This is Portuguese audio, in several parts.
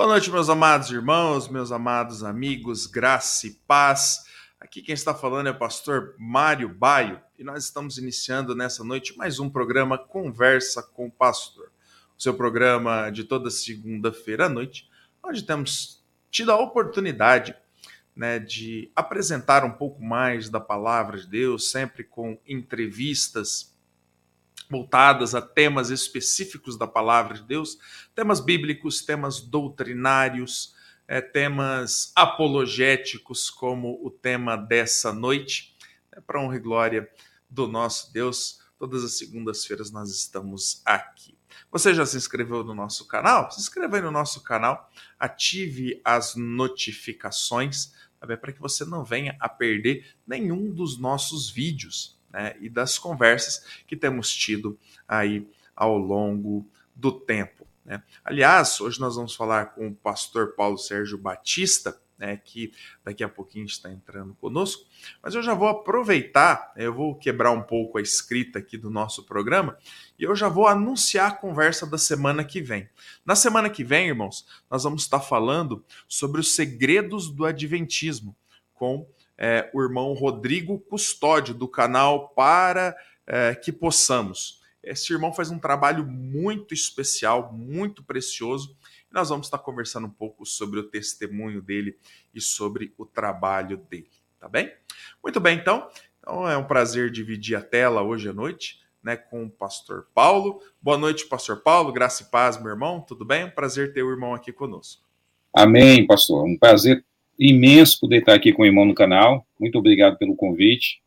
noite, meus amados irmãos, meus amados amigos, graça e paz. Aqui quem está falando é o pastor Mário Baio e nós estamos iniciando nessa noite mais um programa Conversa com o Pastor. O seu programa de toda segunda-feira à noite, onde temos tido a oportunidade, de apresentar um pouco mais da palavra de Deus, sempre com entrevistas voltadas a temas específicos da palavra de Deus, temas bíblicos, temas doutrinários, temas apologéticos, como o tema dessa noite, para honra e glória do nosso Deus. Todas as segundas-feiras nós estamos aqui. Você já se inscreveu no nosso canal? Se inscreva aí no nosso canal, ative as notificações, para que você não venha a perder nenhum dos nossos vídeos, e das conversas que temos tido aí ao longo do tempo. Aliás, hoje nós vamos falar com o pastor Paulo Sérgio Batista, que daqui a pouquinho está entrando conosco, mas eu já vou aproveitar, eu vou quebrar um pouco a escrita aqui do nosso programa, e eu já vou anunciar a conversa da semana que vem. Na semana que vem, irmãos, nós vamos estar falando sobre os segredos do Adventismo, com o irmão Rodrigo Custódio, do canal Para Que Possamos. Esse irmão faz um trabalho muito especial, muito precioso, e nós vamos estar conversando um pouco sobre o testemunho dele e sobre o trabalho dele, tá bem? Muito bem, então é um prazer dividir a tela hoje à noite, com o pastor Paulo. Boa noite, pastor Paulo, graça e paz, meu irmão, tudo bem? Um prazer ter o irmão aqui conosco. Amém, pastor, um prazer imenso poder estar aqui com o irmão no canal. Muito obrigado pelo convite.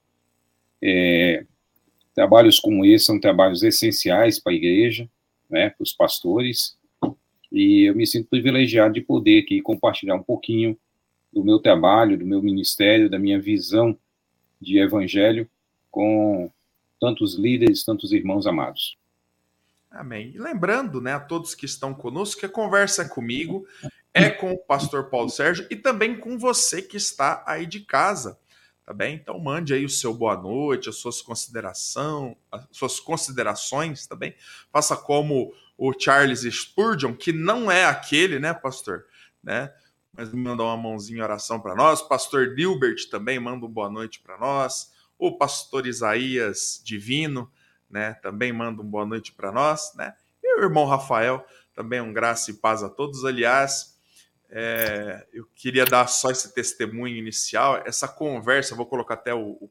Trabalhos como esse são trabalhos essenciais para a igreja, para os pastores, e eu me sinto privilegiado de poder aqui compartilhar um pouquinho do meu trabalho, do meu ministério, da minha visão de evangelho com tantos líderes, tantos irmãos amados. Amém. E lembrando, a todos que estão conosco, que a conversa é comigo, é com o pastor Paulo Sérgio e também com você que está aí de casa, tá bem? Então mande aí o seu boa noite, as suas considerações, tá bem? Faça como o Charles Spurgeon, que não é aquele, pastor, mas manda uma mãozinha em oração para nós. O pastor Dilbert também manda uma boa noite para nós. O pastor Isaías Divino, também manda uma boa noite para nós, E o irmão Rafael, também um graça e paz a todos. Aliás, eu queria dar só esse testemunho inicial, essa conversa, vou colocar até o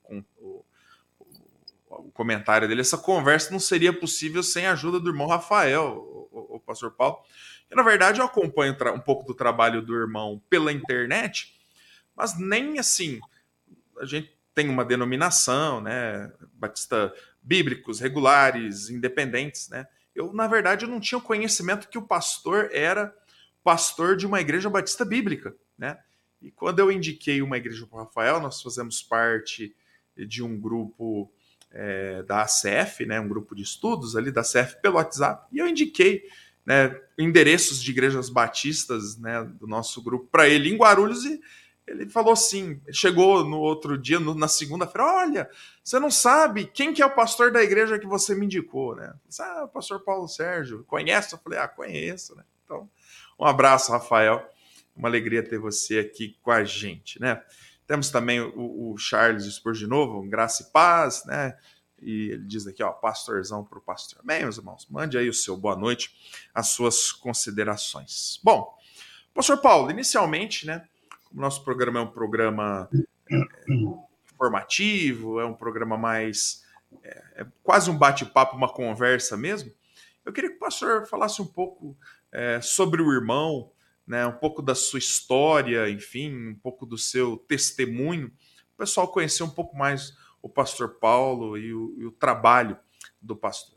comentário dele, essa conversa não seria possível sem a ajuda do irmão Rafael, o pastor Paulo. E, na verdade, eu acompanho um pouco do trabalho do irmão pela internet, mas nem assim, a gente tem uma denominação, Batista bíblicos, regulares, independentes, Eu, na verdade, eu não tinha o conhecimento que o pastor era pastor de uma igreja batista bíblica, E quando eu indiquei uma igreja para o Rafael, nós fazemos parte de um grupo da ACF, um grupo de estudos ali da ACF pelo WhatsApp, e eu indiquei endereços de igrejas batistas do nosso grupo para ele em Guarulhos, e ele falou assim, chegou no outro dia, na segunda-feira, olha, você não sabe quem que é o pastor da igreja que você me indicou, o pastor Paulo Sérgio, conhece? Eu falei, conheço, Então, um abraço, Rafael, uma alegria ter você aqui com a gente, Temos também o Charles Spur de novo, graça e paz, E ele diz aqui, pastorzão para o pastor. Bem, meus irmãos, mande aí o seu boa noite, as suas considerações. Bom, pastor Paulo, inicialmente, o nosso programa é um programa informativo, é um programa mais... quase um bate-papo, uma conversa mesmo. Eu queria que o pastor falasse um pouco sobre o irmão, um pouco da sua história, enfim, um pouco do seu testemunho, o pessoal conhecer um pouco mais o pastor Paulo e o trabalho do pastor.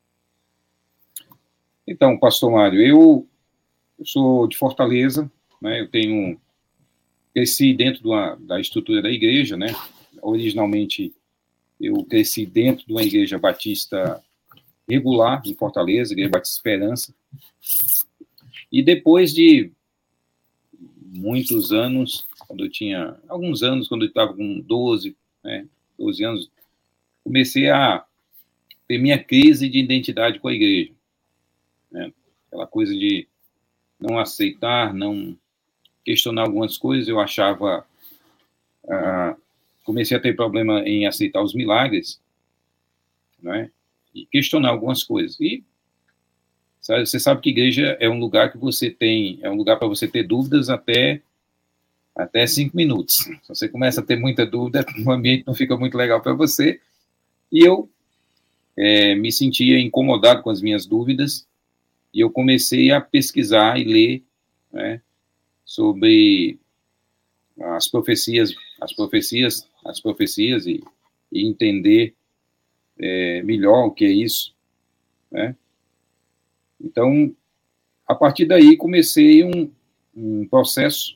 Então, pastor Mário, eu sou de Fortaleza, eu cresci dentro da estrutura da igreja, Originalmente, eu cresci dentro de uma igreja batista regular em Fortaleza, Igreja Batista Esperança. E depois de muitos anos, quando eu tinha alguns anos, quando eu estava com 12 anos, comecei a ter minha crise de identidade com a igreja. Aquela coisa de não aceitar, não questionar algumas coisas. Eu achava... comecei a ter problema em aceitar os milagres, né? E questionar algumas coisas. E você sabe que igreja é um lugar que você tem... É um lugar para você ter dúvidas até 5 minutos. Se você começa a ter muita dúvida, o ambiente não fica muito legal para você. E eu me sentia incomodado com as minhas dúvidas, e eu comecei a pesquisar e ler, né, sobre as profecias e entender melhor o que é isso, né? Então, a partir daí, comecei um processo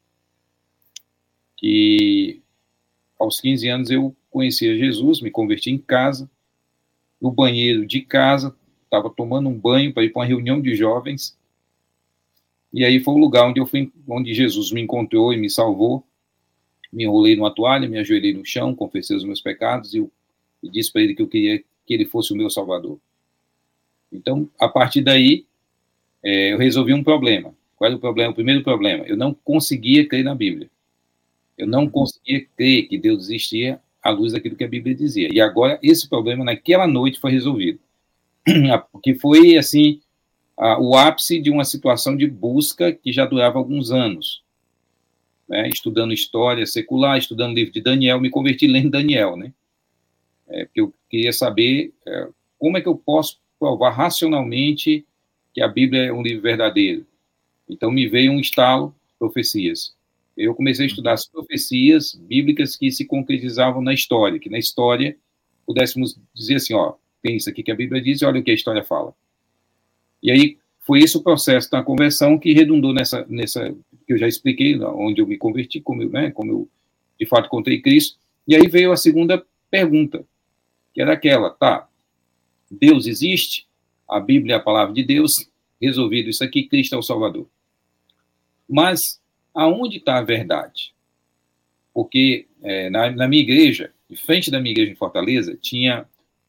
que, aos 15 anos, eu conhecia Jesus, me converti em casa, no banheiro de casa, estava tomando um banho para ir para uma reunião de jovens, e aí foi o lugar onde Jesus me encontrou e me salvou. Me enrolei numa toalha, me ajoelhei no chão, confessei os meus pecados e disse para ele que eu queria que ele fosse o meu salvador. Então, a partir daí, eu resolvi um problema. Qual era o problema? O primeiro problema, eu não conseguia crer na Bíblia. Eu não conseguia crer que Deus existia à luz daquilo que a Bíblia dizia. E agora, esse problema, naquela noite, foi resolvido. Porque foi, assim, o ápice de uma situação de busca que já durava alguns anos. Né? Estudando história secular, estudando o livro de Daniel, me converti lendo Daniel, né? Porque eu queria saber como é que eu posso provar racionalmente que a Bíblia é um livro verdadeiro. Então, me veio um estalo, profecias. Eu comecei a estudar as profecias bíblicas que se concretizavam na história, que na história pudéssemos dizer assim, ó, tem isso aqui que a Bíblia diz e olha o que a história fala. E aí foi esse o processo da conversão que redundou nessa que eu já expliquei, onde eu me converti, como eu de fato encontrei Cristo. E aí veio a segunda pergunta, que era aquela, tá, Deus existe, a Bíblia é a palavra de Deus, resolvido isso aqui, Cristo é o Salvador. Mas aonde está a verdade? Porque na minha igreja, em frente da minha igreja em Fortaleza, tinha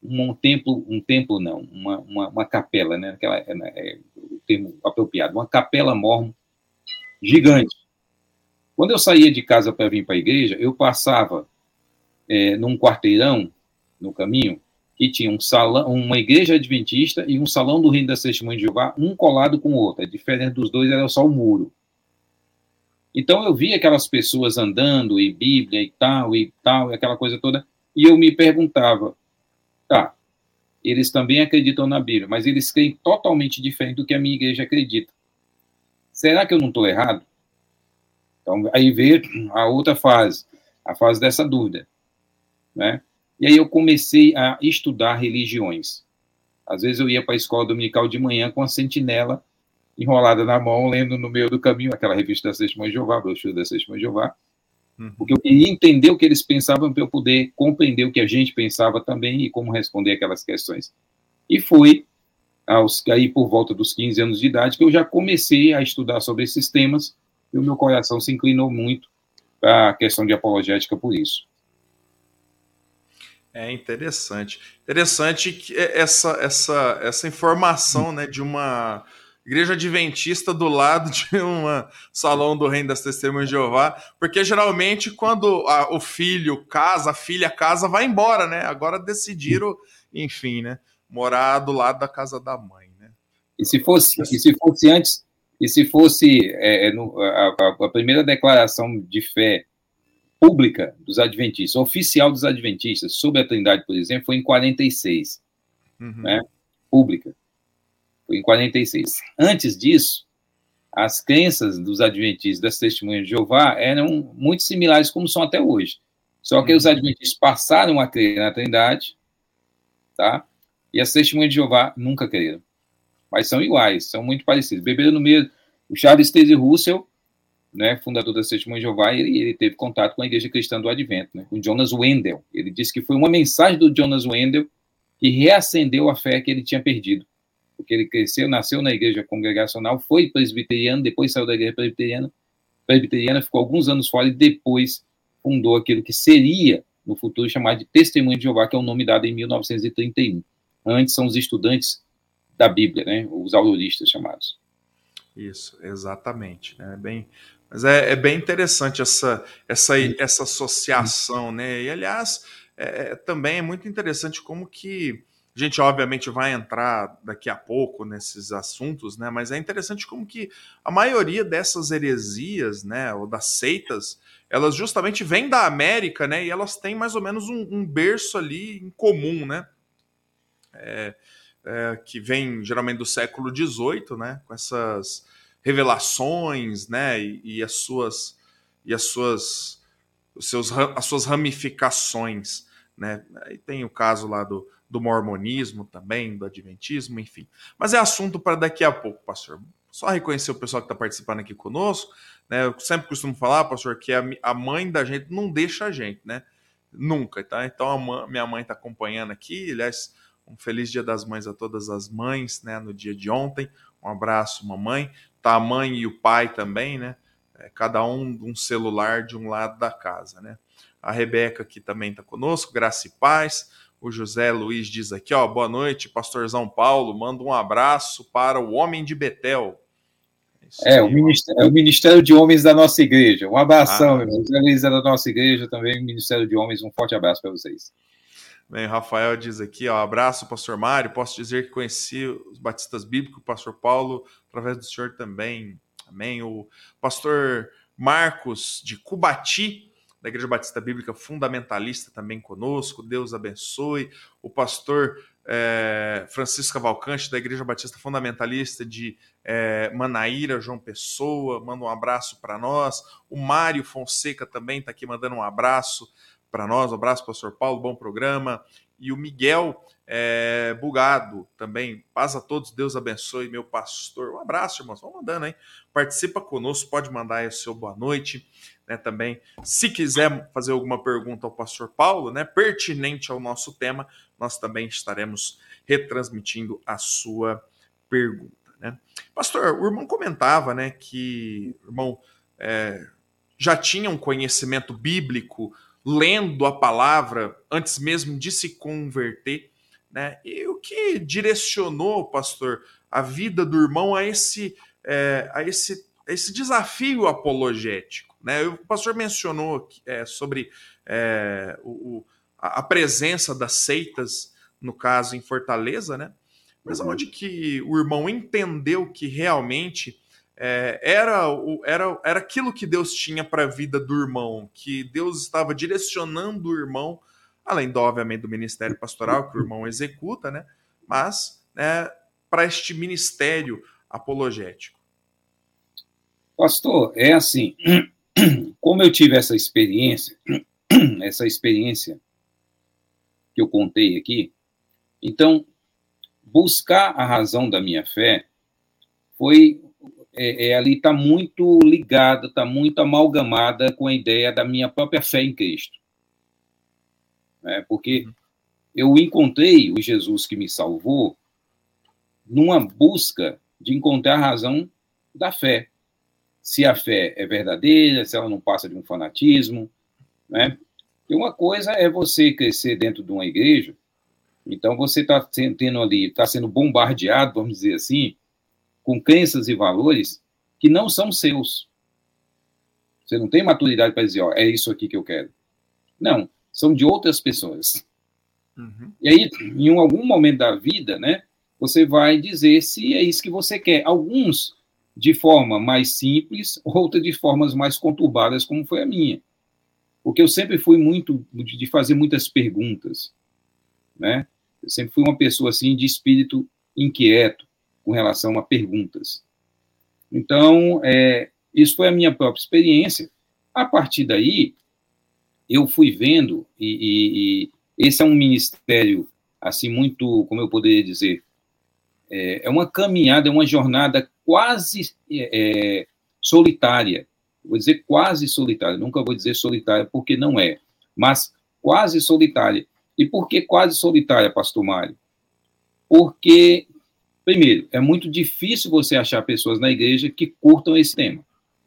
uma capela, né? Aquela, o termo apropriado, uma capela mórmon gigante. Quando eu saía de casa para vir para a igreja, eu passava num quarteirão, no caminho, que tinha um salão, uma igreja adventista e um salão do Reino das Testemunhas de Jeová, um colado com o outro. A diferença dos dois era só o muro. Então eu via aquelas pessoas andando, e Bíblia e tal, e aquela coisa toda, e eu me perguntava, tá, eles também acreditam na Bíblia, mas eles creem totalmente diferente do que a minha igreja acredita. Será que eu não estou errado? Então, aí veio a outra fase, a fase dessa dúvida, né? E aí eu comecei a estudar religiões. Às vezes eu ia para a escola dominical de manhã com a sentinela enrolada na mão, lendo no meio do caminho aquela revista da Testemunha de Jeová, brochura da Testemunha de Jeová, porque eu queria entender o que eles pensavam para eu poder compreender o que a gente pensava também e como responder aquelas questões. E foi aí por volta dos 15 anos de idade que eu já comecei a estudar sobre esses temas e o meu coração se inclinou muito para a questão de apologética por isso. É interessante. Interessante que essa informação, né, de uma igreja adventista do lado de um salão do Reino das Testemunhas de Jeová, porque geralmente quando o filho casa, a filha casa, vai embora, né? Agora decidiram, enfim, né, morar do lado da casa da mãe, né? E se fosse antes, e se fosse a primeira declaração de fé pública dos adventistas, oficial dos adventistas, sobre a Trindade, por exemplo, foi em 46, né? Pública. Foi em 46. Antes disso, as crenças dos adventistas das Testemunhas de Jeová eram muito similares como são até hoje. Só que os adventistas passaram a crer na Trindade, tá? E as Testemunhas de Jeová nunca creram. Mas são iguais, são muito parecidos. Beberam no meio. O Charles Taze Russell, né, fundador das Testemunhas de Jeová, ele teve contato com a Igreja Cristã do Advento, né, com Jonas Wendell. Ele disse que foi uma mensagem do Jonas Wendell que reacendeu a fé que ele tinha perdido. Porque ele nasceu na igreja congregacional, foi presbiteriano, depois saiu da igreja presbiteriana, ficou alguns anos fora e depois fundou aquilo que seria, no futuro, chamado de Testemunha de Jeová, que é o nome dado em 1931. Antes são os estudantes da Bíblia, né, os auroristas chamados. Isso, exatamente, né? Mas é bem interessante essa associação, né? E, aliás, também é muito interessante como que a gente, obviamente, vai entrar daqui a pouco nesses assuntos, né? Mas é interessante como que a maioria dessas heresias, né, ou das seitas, elas justamente vêm da América, né? E elas têm mais ou menos um berço ali em comum, né? Que vem geralmente do século XVIII, né, com essas revelações, né, as suas ramificações, né. E tem o caso lá do mormonismo também, do adventismo, enfim. Mas é assunto para daqui a pouco, pastor. Só reconhecer o pessoal que está participando aqui conosco, né. Eu sempre costumo falar, pastor, que a mãe da gente não deixa a gente, né? Nunca, tá? Então minha mãe está acompanhando aqui, aliás, um feliz Dia das Mães a todas as mães, né, no dia de ontem. Um abraço, mamãe. Tá a mãe e o pai também, né? Cada um celular de um lado da casa, né? A Rebeca aqui também está conosco, graça e paz. O José Luiz diz aqui, ó, boa noite, pastorzão Paulo, manda um abraço para o homem de Betel. Isso aí, o Ministério de Homens da nossa igreja. Um abração, meu irmão. José Luiz é da nossa igreja também, Ministério de Homens, um forte abraço para vocês. Bem, o Rafael diz aqui, ó, abraço, pastor Mário, posso dizer que conheci os batistas bíblicos, o pastor Paulo, através do senhor também, amém. O pastor Marcos de Cubati, da Igreja Batista Bíblica Fundamentalista, também conosco, Deus abençoe. O pastor Francisco Cavalcante, da Igreja Batista Fundamentalista de Manaíra, João Pessoa, manda um abraço para nós. O Mário Fonseca também está aqui mandando um abraço para nós. Um abraço, pastor Paulo, bom programa. E o Miguel Bugado também. Paz a todos, Deus abençoe, meu pastor. Um abraço, irmãos. Vamos mandando, hein? Participa conosco, pode mandar aí o seu boa noite. Né, também, se quiser fazer alguma pergunta ao pastor Paulo, né, pertinente ao nosso tema, nós também estaremos retransmitindo a sua pergunta. Né? Pastor, o irmão comentava, né, que o irmão já tinha um conhecimento bíblico, lendo a palavra antes mesmo de se converter, né? E o que direcionou, pastor, a vida do irmão a esse desafio apologético, né? O pastor mencionou sobre a presença das seitas, no caso em Fortaleza, né? Mas onde que o irmão entendeu que realmente era aquilo que Deus tinha para a vida do irmão, que Deus estava direcionando o irmão, além, obviamente, do ministério pastoral que o irmão executa, né? Mas para este ministério apologético. Pastor, é assim, como eu tive essa experiência que eu contei aqui, então, buscar a razão da minha fé foi ali está muito ligada, está muito amalgamada com a ideia da minha própria fé em Cristo. Porque eu encontrei o Jesus que me salvou numa busca de encontrar a razão da fé. Se a fé é verdadeira, se ela não passa de um fanatismo. Né? E uma coisa é você crescer dentro de uma igreja, então você está tendo ali, está sendo bombardeado, vamos dizer assim, com crenças e valores que não são seus. Você não tem maturidade para dizer, ó, é isso aqui que eu quero. Não, são de outras pessoas. E aí, em algum momento da vida, né, você vai dizer se é isso que você quer. Alguns de forma mais simples, outras de formas mais conturbadas, como foi a minha. Porque eu sempre fui muito de fazer muitas perguntas. Né? Eu sempre fui uma pessoa assim, de espírito inquieto, com relação a perguntas. Então, isso foi a minha própria experiência. A partir daí, eu fui vendo, e esse é um ministério, assim, muito, como eu poderia dizer, é uma caminhada, é uma jornada quase solitária. Vou dizer quase solitária, nunca vou dizer solitária, porque não é, mas quase solitária. E por que quase solitária, pastor Mário? Porque primeiro, é muito difícil você achar pessoas na igreja que curtam esse tema.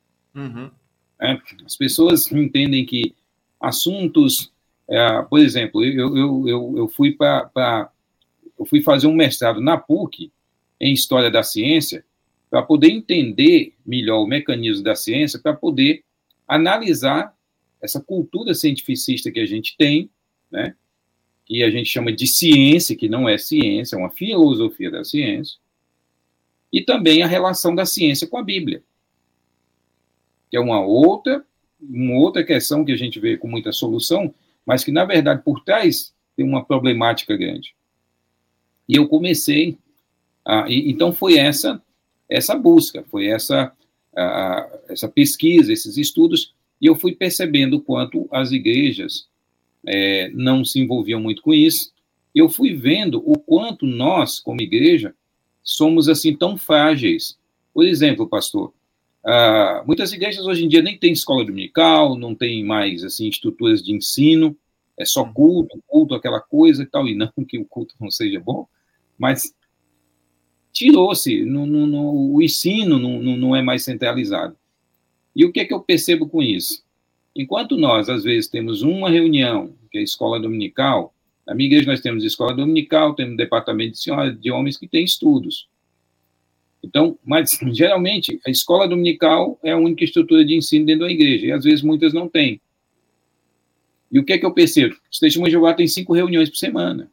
As pessoas entendem que assuntos... por exemplo, eu fui fazer um mestrado na PUC em História da Ciência para poder entender melhor o mecanismo da ciência, para poder analisar essa cultura cientificista que a gente tem, né, que a gente chama de ciência, que não é ciência, é uma filosofia da ciência, e também a relação da ciência com a Bíblia, que é uma outra questão que a gente vê com muita solução, mas que, na verdade, por trás tem uma problemática grande. E eu comecei, então foi essa busca, foi essa pesquisa, esses estudos, e eu fui percebendo o quanto as igrejas não se envolviam muito com isso. Eu fui vendo o quanto nós, como igreja, somos assim tão frágeis. Por exemplo, pastor, muitas igrejas hoje em dia nem têm escola dominical, não tem mais assim estruturas de ensino, é só culto, aquela coisa e tal, e não que o culto não seja bom, mas tirou-se, o ensino não é mais centralizado. E o que é que eu percebo com isso? Enquanto nós, às vezes, temos uma reunião, que é a escola dominical, na minha igreja nós temos escola dominical, temos departamento de senhoras, de homens que têm estudos. Então, mas, geralmente, a escola dominical é a única estrutura de ensino dentro da igreja, e às vezes muitas não têm. E o que é que eu percebo? Os testemunhos de Jeová têm 5 reuniões por semana.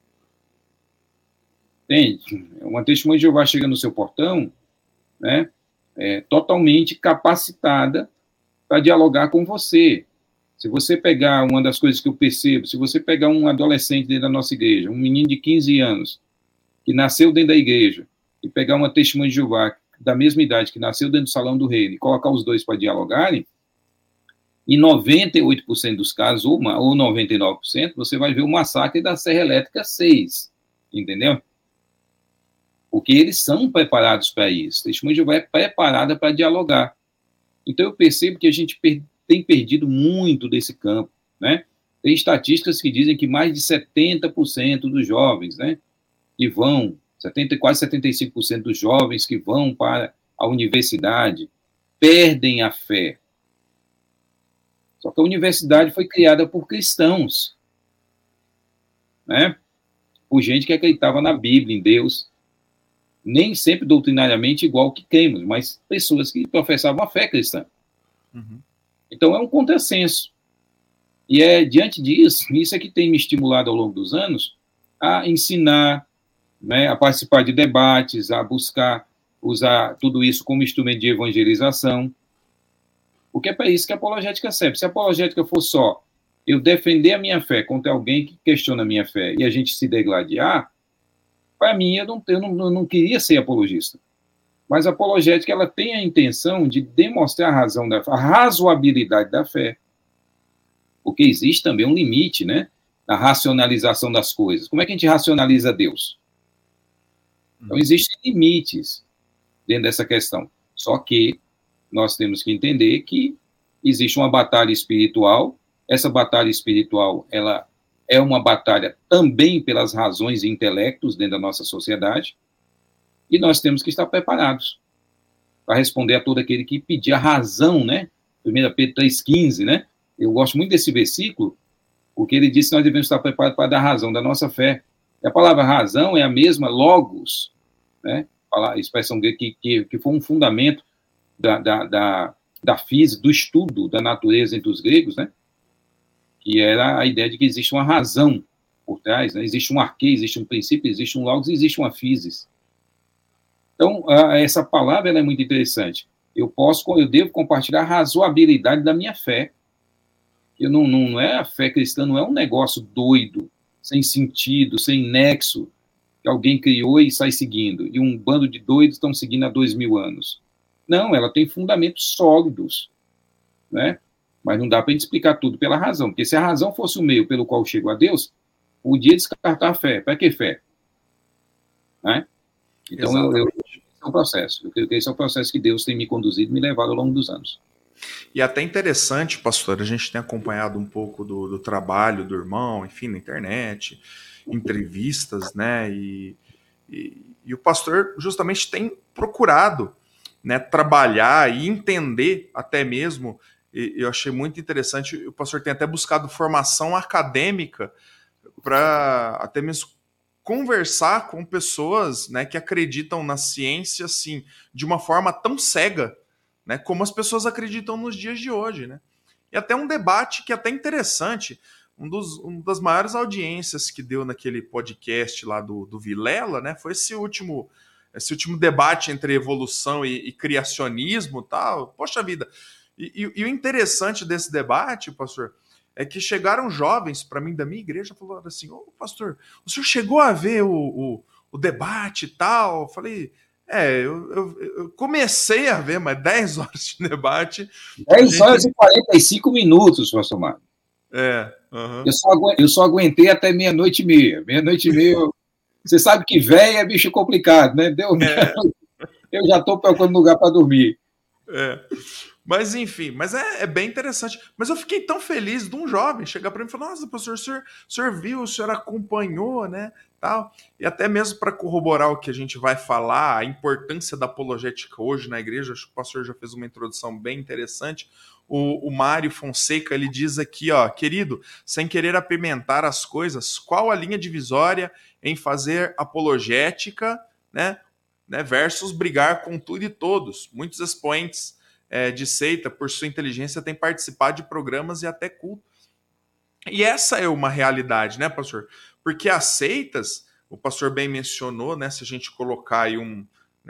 Entende? Uma testemunha de Jeová chega no seu portão, né, totalmente capacitada para dialogar com você. Se você pegar uma das coisas que eu percebo, se você pegar um adolescente dentro da nossa igreja, um menino de 15 anos, que nasceu dentro da igreja, e pegar uma testemunha de Jeová da mesma idade, que nasceu dentro do salão do reino, e colocar os dois para dialogarem, em 98% dos casos, ou 99%, você vai ver o massacre da Serra Elétrica 6, entendeu? Porque eles são preparados para isso. A testemunha de Jeová é preparada para dialogar. Então, eu percebo que a gente tem perdido muito desse campo, né? Tem estatísticas que dizem que mais de 70% dos jovens, né, que vão, quase 75% dos jovens que vão para a universidade, perdem a fé. Só que a universidade foi criada por cristãos, né? Por gente que acreditava na Bíblia, em Deus, nem sempre doutrinariamente igual que cremos, mas pessoas que professavam a fé cristã. Uhum. Então, é um contrassenso. E diante disso, isso é que tem me estimulado ao longo dos anos a ensinar, né, a participar de debates, a buscar usar tudo isso como instrumento de evangelização, porque é para isso que a apologética serve. Se a apologética for só eu defender a minha fé contra alguém que questiona a minha fé e a gente se degladiar, para mim, eu não queria ser apologista. Mas a apologética, ela tem a intenção de demonstrar a razoabilidade da fé. Porque existe também um limite, né, na racionalização das coisas. Como é que a gente racionaliza Deus? Então, existem limites dentro dessa questão. Só que nós temos que entender que existe uma batalha espiritual. Essa batalha espiritual, ela é uma batalha também pelas razões e intelectos dentro da nossa sociedade, e nós temos que estar preparados para responder a todo aquele que pedir a razão, né? 1 Pedro 3,15, né? Eu gosto muito desse versículo, porque ele diz que nós devemos estar preparados para dar razão da nossa fé. E a palavra razão é a mesma logos, né? A expressão que foi um fundamento da física, do estudo da natureza entre os gregos, né? Que era a ideia de que existe uma razão por trás, né? Existe um arquê, existe um princípio, existe um logos, existe uma physis. Então, essa palavra ela é muito interessante. Eu devo compartilhar a razoabilidade da minha fé. Não é a fé cristã, não é um negócio doido, sem sentido, sem nexo, que alguém criou e sai seguindo, e um bando de doidos estão seguindo há 2000 anos. Não, ela tem fundamentos sólidos, né? Mas não dá para a gente explicar tudo pela razão, porque se a razão fosse o meio pelo qual eu chego a Deus, podia descartar a fé. Para que fé? Né? Então, esse é o processo. Eu creio que esse é o processo que Deus tem me conduzido e me levado ao longo dos anos. E até interessante, pastor, a gente tem acompanhado um pouco do trabalho do irmão, enfim, na internet, entrevistas, né? E o pastor justamente tem procurado, né, trabalhar e entender até mesmo. Eu achei muito interessante, o pastor tem até buscado formação acadêmica para até mesmo conversar com pessoas, né, que acreditam na ciência, assim, de uma forma tão cega, né, como as pessoas acreditam nos dias de hoje, né? E até um debate que é até interessante, uma das maiores audiências que deu naquele podcast lá do Vilela, né, foi esse último debate entre evolução e criacionismo, tal. Poxa vida! E o interessante desse debate, pastor, é que chegaram jovens para mim da minha igreja falando assim: ô pastor, o senhor chegou a ver o debate e tal? Eu falei, eu comecei a ver, mas 10 horas de debate. 10 horas e 45 minutos, pastor Mário. Uhum. Eu só aguentei até meia-noite e meia. Meia-noite e meia, você sabe que velho é bicho complicado, né? Eu já estou procurando lugar para dormir. Mas enfim, é bem interessante. Mas eu fiquei tão feliz de um jovem chegar para mim e falar: nossa, professor, o senhor viu, o senhor acompanhou, né? Tal. E até mesmo para corroborar o que a gente vai falar, a importância da apologética hoje na igreja, acho que o pastor já fez uma introdução bem interessante. O Mário Fonseca, ele diz aqui, ó, querido, sem querer apimentar as coisas, qual a linha divisória em fazer apologética, né, versus brigar com tudo e todos? Muitos expoentes de seita, por sua inteligência, têm participado de programas e até culto. E essa é uma realidade, né, pastor? Porque as seitas, o pastor bem mencionou, né, se a gente colocar aí um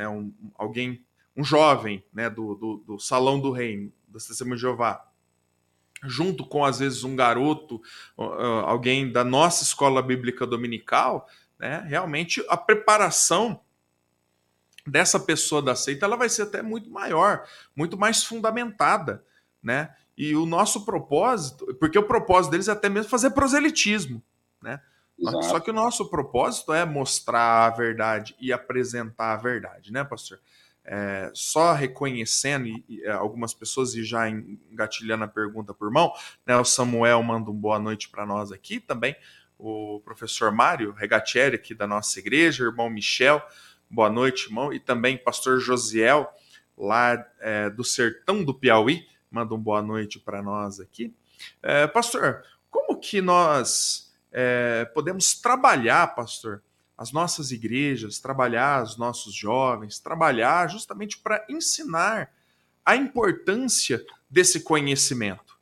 jovem, né, do Salão do Reino, da Testemunha de Jeová, junto com, às vezes, um garoto, alguém da nossa escola bíblica dominical, né, realmente a preparação dessa pessoa da seita, ela vai ser até muito maior, muito mais fundamentada, né? E o nosso propósito, porque o propósito deles é até mesmo fazer proselitismo, né? Exato. Só que o nosso propósito é mostrar a verdade e apresentar a verdade, né, pastor? Só reconhecendo algumas pessoas e já engatilhando a pergunta por mão, né? O Samuel manda um boa noite para nós aqui também, o professor Mário Regatieri aqui da nossa igreja, o irmão Michel, boa noite, irmão, e também pastor Josiel, lá do sertão do Piauí, manda um boa noite para nós aqui. Pastor, como que nós podemos trabalhar, pastor, as nossas igrejas, trabalhar os nossos jovens, trabalhar justamente para ensinar a importância desse conhecimento?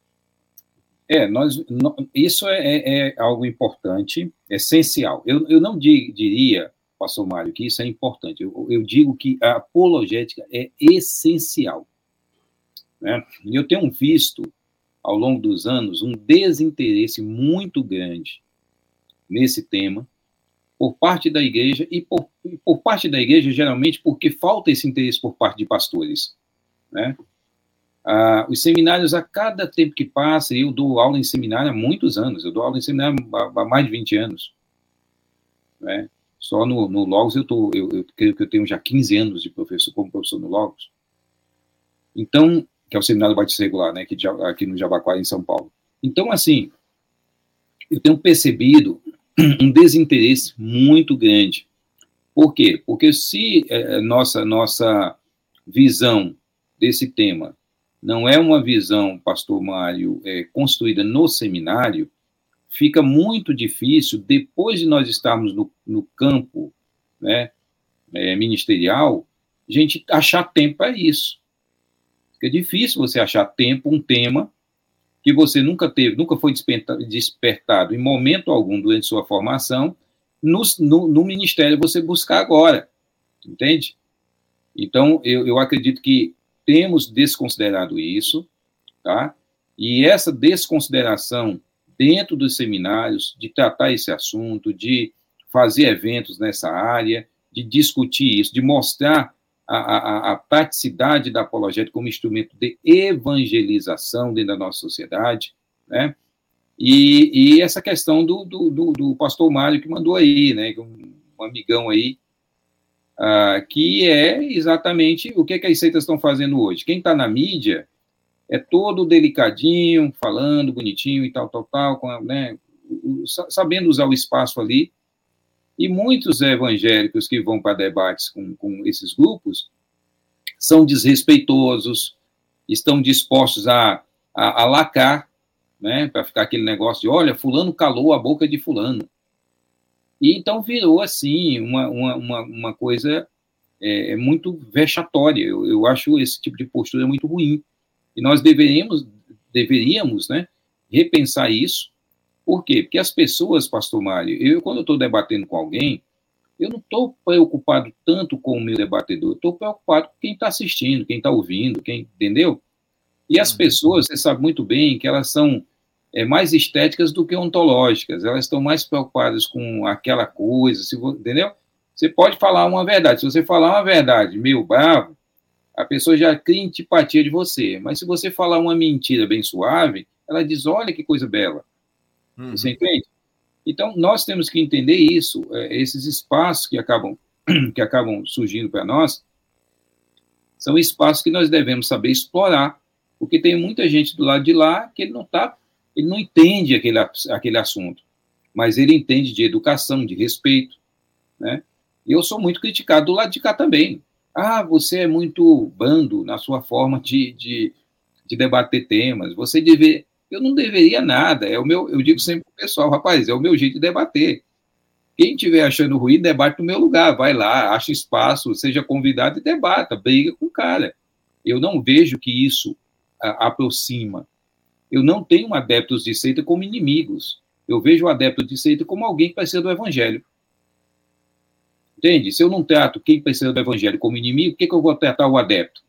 Isso é algo importante, essencial. Eu não diria, pastor Mário, que isso é importante. Eu digo que a apologética é essencial, né? E eu tenho visto, ao longo dos anos, um desinteresse muito grande nesse tema, por parte da igreja, e por parte da igreja, geralmente, porque falta esse interesse por parte de pastores, né? Os seminários, a cada tempo que passa, eu dou aula em seminário há muitos anos, eu dou aula em seminário há mais de 20 anos, né? Só no Logos eu creio que eu tenho já 15 anos de como professor no Logos. Então, que é o Seminário Batista Regular, né, aqui no Jabaquara, em São Paulo. Então, assim, eu tenho percebido um desinteresse muito grande. Por quê? Porque se nossa visão desse tema não é uma visão, pastor Mário, construída no seminário, fica muito difícil, depois de nós estarmos no campo, né, ministerial, a gente achar tempo para isso. Fica difícil você achar tempo, um tema que você nunca foi despertado em momento algum durante sua formação, no ministério você buscar agora, entende? Então, eu acredito que temos desconsiderado isso, tá? E essa desconsideração dentro dos seminários, de tratar esse assunto, de fazer eventos nessa área, de discutir isso, de mostrar a praticidade da apologética como instrumento de evangelização dentro da nossa sociedade, né? E essa questão do pastor Mário que mandou aí, né? Um amigão aí, que é exatamente o que as seitas estão fazendo hoje. Quem está na mídia é todo delicadinho, falando bonitinho e tal, né, sabendo usar o espaço ali. E muitos evangélicos que vão para debates com esses grupos são desrespeitosos, estão dispostos a lacrar, né, para ficar aquele negócio de, olha, fulano calou a boca de fulano. E então virou, assim, uma coisa muito vexatória. Eu acho esse tipo de postura muito ruim. E nós deveríamos, né, repensar isso. Por quê? Porque as pessoas, pastor Mário, quando eu estou debatendo com alguém, eu não estou preocupado tanto com o meu debatedor, eu estou preocupado com quem está assistindo, quem está ouvindo, quem entendeu? E as pessoas, você sabe muito bem que elas são mais estéticas do que ontológicas, elas estão mais preocupadas com aquela coisa, entendeu? Você pode falar uma verdade, se você falar uma verdade meio bravo, a pessoa já cria antipatia de você, mas se você falar uma mentira bem suave, ela diz, olha que coisa bela, você entende? Então, nós temos que entender isso, esses espaços que acabam surgindo para nós, são espaços que nós devemos saber explorar, porque tem muita gente do lado de lá que ele não entende aquele assunto, mas ele entende de educação, de respeito, né? E eu sou muito criticado do lado de cá também. Ah, você é muito bando na sua forma de debater temas. Eu não deveria nada. Eu digo sempre para o pessoal, rapaz, é o meu jeito de debater. Quem estiver achando ruim, debate no meu lugar. Vai lá, acha espaço, seja convidado e debata, briga com o cara. Eu não vejo que isso aproxima. Eu não tenho adeptos de seita como inimigos. Eu vejo o adepto de seita como alguém que precisa do evangelho. Entende? Se eu não trato quem precisa do evangelho como inimigo, por que eu vou tratar o adepto?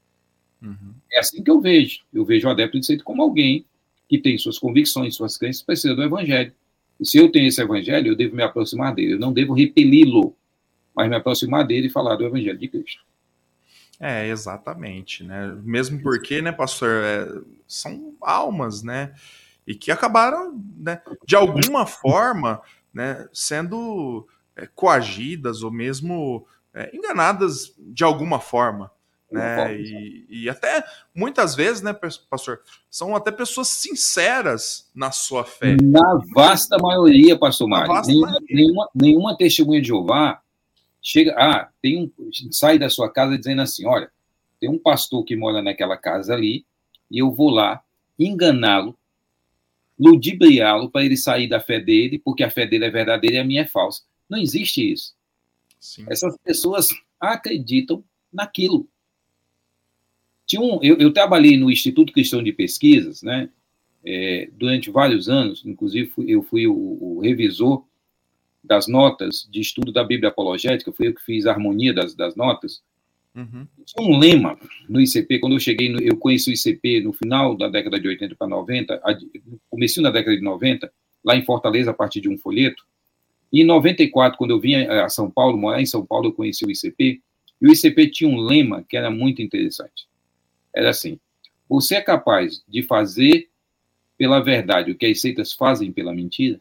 É assim que eu vejo. Eu vejo o adepto de seita como alguém que tem suas convicções, suas crenças, precisa do evangelho. E se eu tenho esse evangelho, eu devo me aproximar dele. Eu não devo repeli-lo, mas me aproximar dele e falar do evangelho de Cristo. Exatamente, né? Mesmo porque, né, pastor, são almas, né? E que acabaram, né, de alguma forma, né, sendo coagidas ou mesmo enganadas de alguma forma, né? E até muitas vezes, né, pastor, são até pessoas sinceras na sua fé. Na vasta maioria, pastor Na Mário. vasta maioria. Nenhuma testemunha de Jeová sai da sua casa dizendo assim, olha, tem um pastor que mora naquela casa ali e eu vou lá enganá-lo, ludibriá-lo para ele sair da fé dele, porque a fé dele é verdadeira e a minha é falsa. Não existe isso. Sim. Essas pessoas acreditam naquilo. Eu trabalhei no Instituto Cristão de Pesquisas, né, durante vários anos, inclusive eu fui o revisor das notas de estudo da Bíblia Apologética, fui eu que fiz a harmonia das notas. Tinha um lema no ICP, quando eu conheci o ICP no final da década de 80 para 90, no comecinho da década de 90, lá em Fortaleza, a partir de um folheto. E em 94, quando eu vim a São Paulo, morar em São Paulo, eu conheci o ICP, e o ICP tinha um lema que era muito interessante. Era assim, você é capaz de fazer pela verdade o que as seitas fazem pela mentira?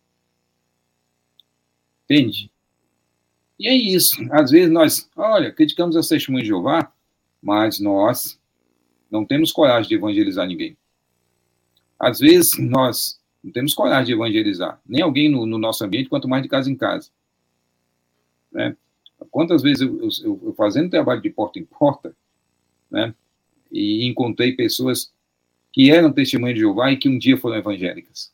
Entende? E é isso. Às vezes criticamos a Testemunha de Jeová, mas nós não temos coragem de evangelizar ninguém. Às vezes nós não temos coragem de evangelizar nem alguém no nosso ambiente, quanto mais de casa em casa. Né? Quantas vezes eu fazendo trabalho de porta em porta, né, e encontrei pessoas que eram testemunhas de Jeová e que um dia foram evangélicas.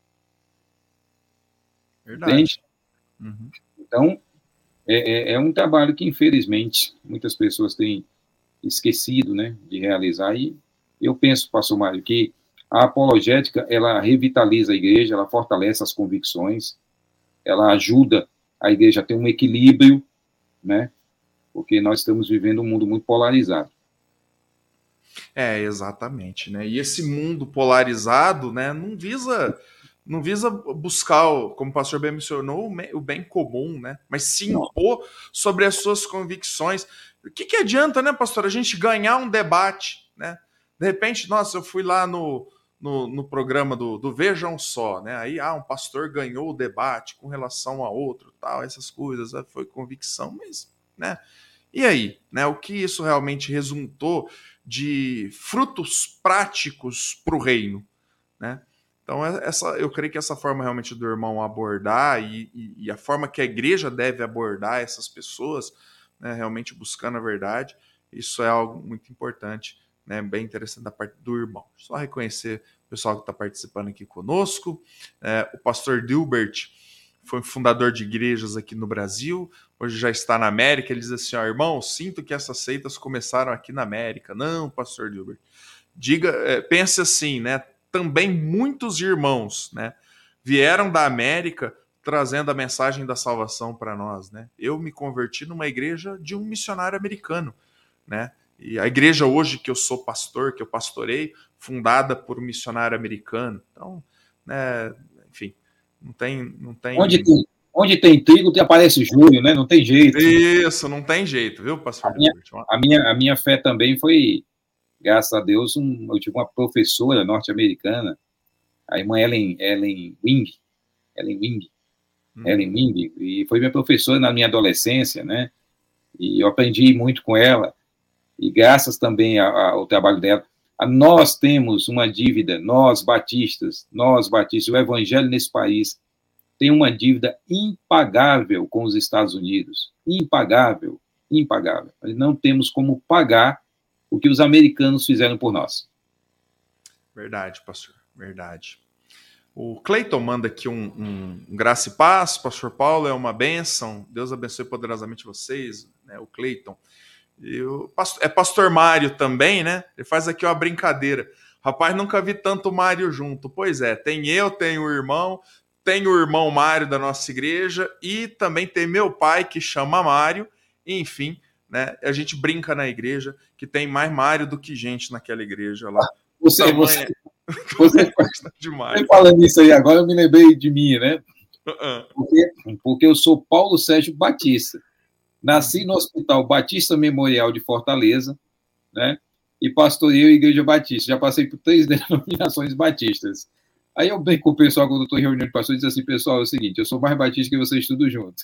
Verdade. Então, é um trabalho que, infelizmente, muitas pessoas têm esquecido, né, de realizar. E eu penso, pastor Mário, que a apologética, ela revitaliza a igreja, ela fortalece as convicções, ela ajuda a igreja a ter um equilíbrio, né, porque nós estamos vivendo um mundo muito polarizado. Exatamente, né? E esse mundo polarizado, né, não visa buscar, como o pastor bem mencionou, o bem comum, né? Mas se impor sobre as suas convicções. O que adianta, né, pastor, a gente ganhar um debate, né? De repente, nossa, eu fui lá no programa do Vejam Só, né? Aí, um pastor ganhou o debate com relação a outro, tal, essas coisas, foi convicção, mas, né? E aí, né? O que isso realmente resultou de frutos práticos para o reino, né? Então, eu creio que essa forma realmente do irmão abordar e a forma que a igreja deve abordar essas pessoas, né, realmente buscando a verdade, isso é algo muito importante, né, bem interessante da parte do irmão. Só reconhecer o pessoal que está participando aqui conosco. O pastor Dilbert foi fundador de igrejas aqui no Brasil, hoje já está na América. Ele diz assim: ó, irmão, sinto que essas seitas começaram aqui na América. Não, pastor Gilbert. Pense assim, né? Também muitos irmãos, né, vieram da América trazendo a mensagem da salvação para nós, né? Eu me converti numa igreja de um missionário americano, né? E a igreja hoje que eu sou pastor, que eu pastorei, fundada por um missionário americano. Então, né, enfim, não tem... Onde tem trigo, aparece joio, né? Não tem jeito. Isso, não tem jeito, viu, pastor? A minha fé também foi, graças a Deus, eu tive uma professora norte-americana, a irmã Ellen Wing, e foi minha professora na minha adolescência, né? E eu aprendi muito com ela, e graças também ao trabalho dela. Nós temos uma dívida, nós batistas, o evangelho nesse país tem uma dívida impagável com os Estados Unidos. Impagável. Nós não temos como pagar o que os americanos fizeram por nós. Verdade, pastor, verdade. O Cleiton manda aqui um graça e paz, pastor Paulo, é uma bênção, Deus abençoe poderosamente vocês, né, o Cleiton. É pastor Mário também, né? Ele faz aqui uma brincadeira. Rapaz, nunca vi tanto Mário junto. Pois é, tenho o irmão Mário da nossa igreja e também tem meu pai que chama Mário, enfim, né? A gente brinca na igreja que tem mais Mário do que gente naquela igreja lá. Você falando isso aí agora, eu me lembrei de mim, né? Porque eu sou Paulo Sérgio Batista. Nasci no Hospital Batista Memorial de Fortaleza, né? E pastorei a Igreja Batista. Já passei por 3 denominações batistas. Aí eu brinco com o pessoal, quando eu estou em reunião de pastores, diz assim: pessoal, é o seguinte, eu sou mais batista que vocês tudo junto.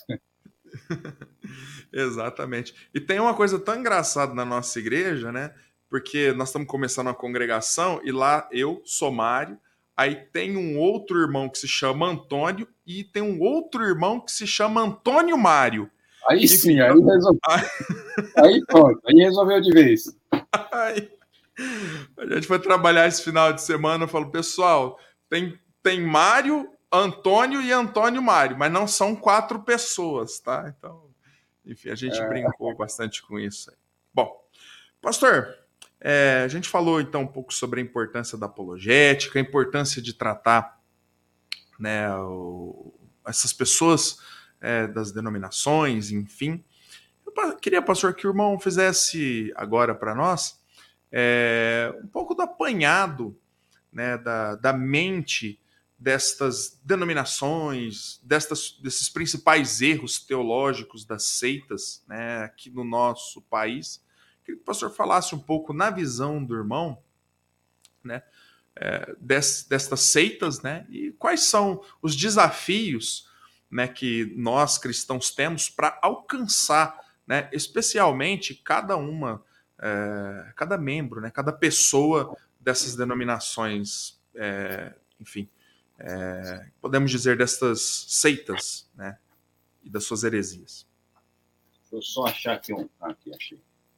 Exatamente. E tem uma coisa tão engraçada na nossa igreja, né? Porque nós estamos começando uma congregação e lá eu sou Mário, aí tem um outro irmão que se chama Antônio e tem um outro irmão que se chama Antônio Mário. Aí enfim, sim, aí resolveu. Aí pronto, aí resolveu de vez. Aí, a gente foi trabalhar esse final de semana, eu falo, pessoal, tem Mário, Antônio e Antônio Mário, mas não são 4 pessoas, tá? Então, enfim, a gente brincou bastante com isso aí. Bom, pastor, a gente falou então um pouco sobre a importância da apologética, a importância de tratar, né, essas pessoas das denominações, enfim. Eu queria, pastor, que o irmão fizesse agora para nós um pouco do apanhado, né, da mente destas denominações, desses principais erros teológicos das seitas, né, aqui no nosso país. Queria que o pastor falasse um pouco, na visão do irmão, né, destas seitas, né, e quais são os desafios, né, que nós cristãos temos para alcançar, né, especialmente cada membro, né, cada pessoa dessas denominações, enfim, podemos dizer destas seitas, né, e das suas heresias. Deixa eu só achar aqui aqui achei.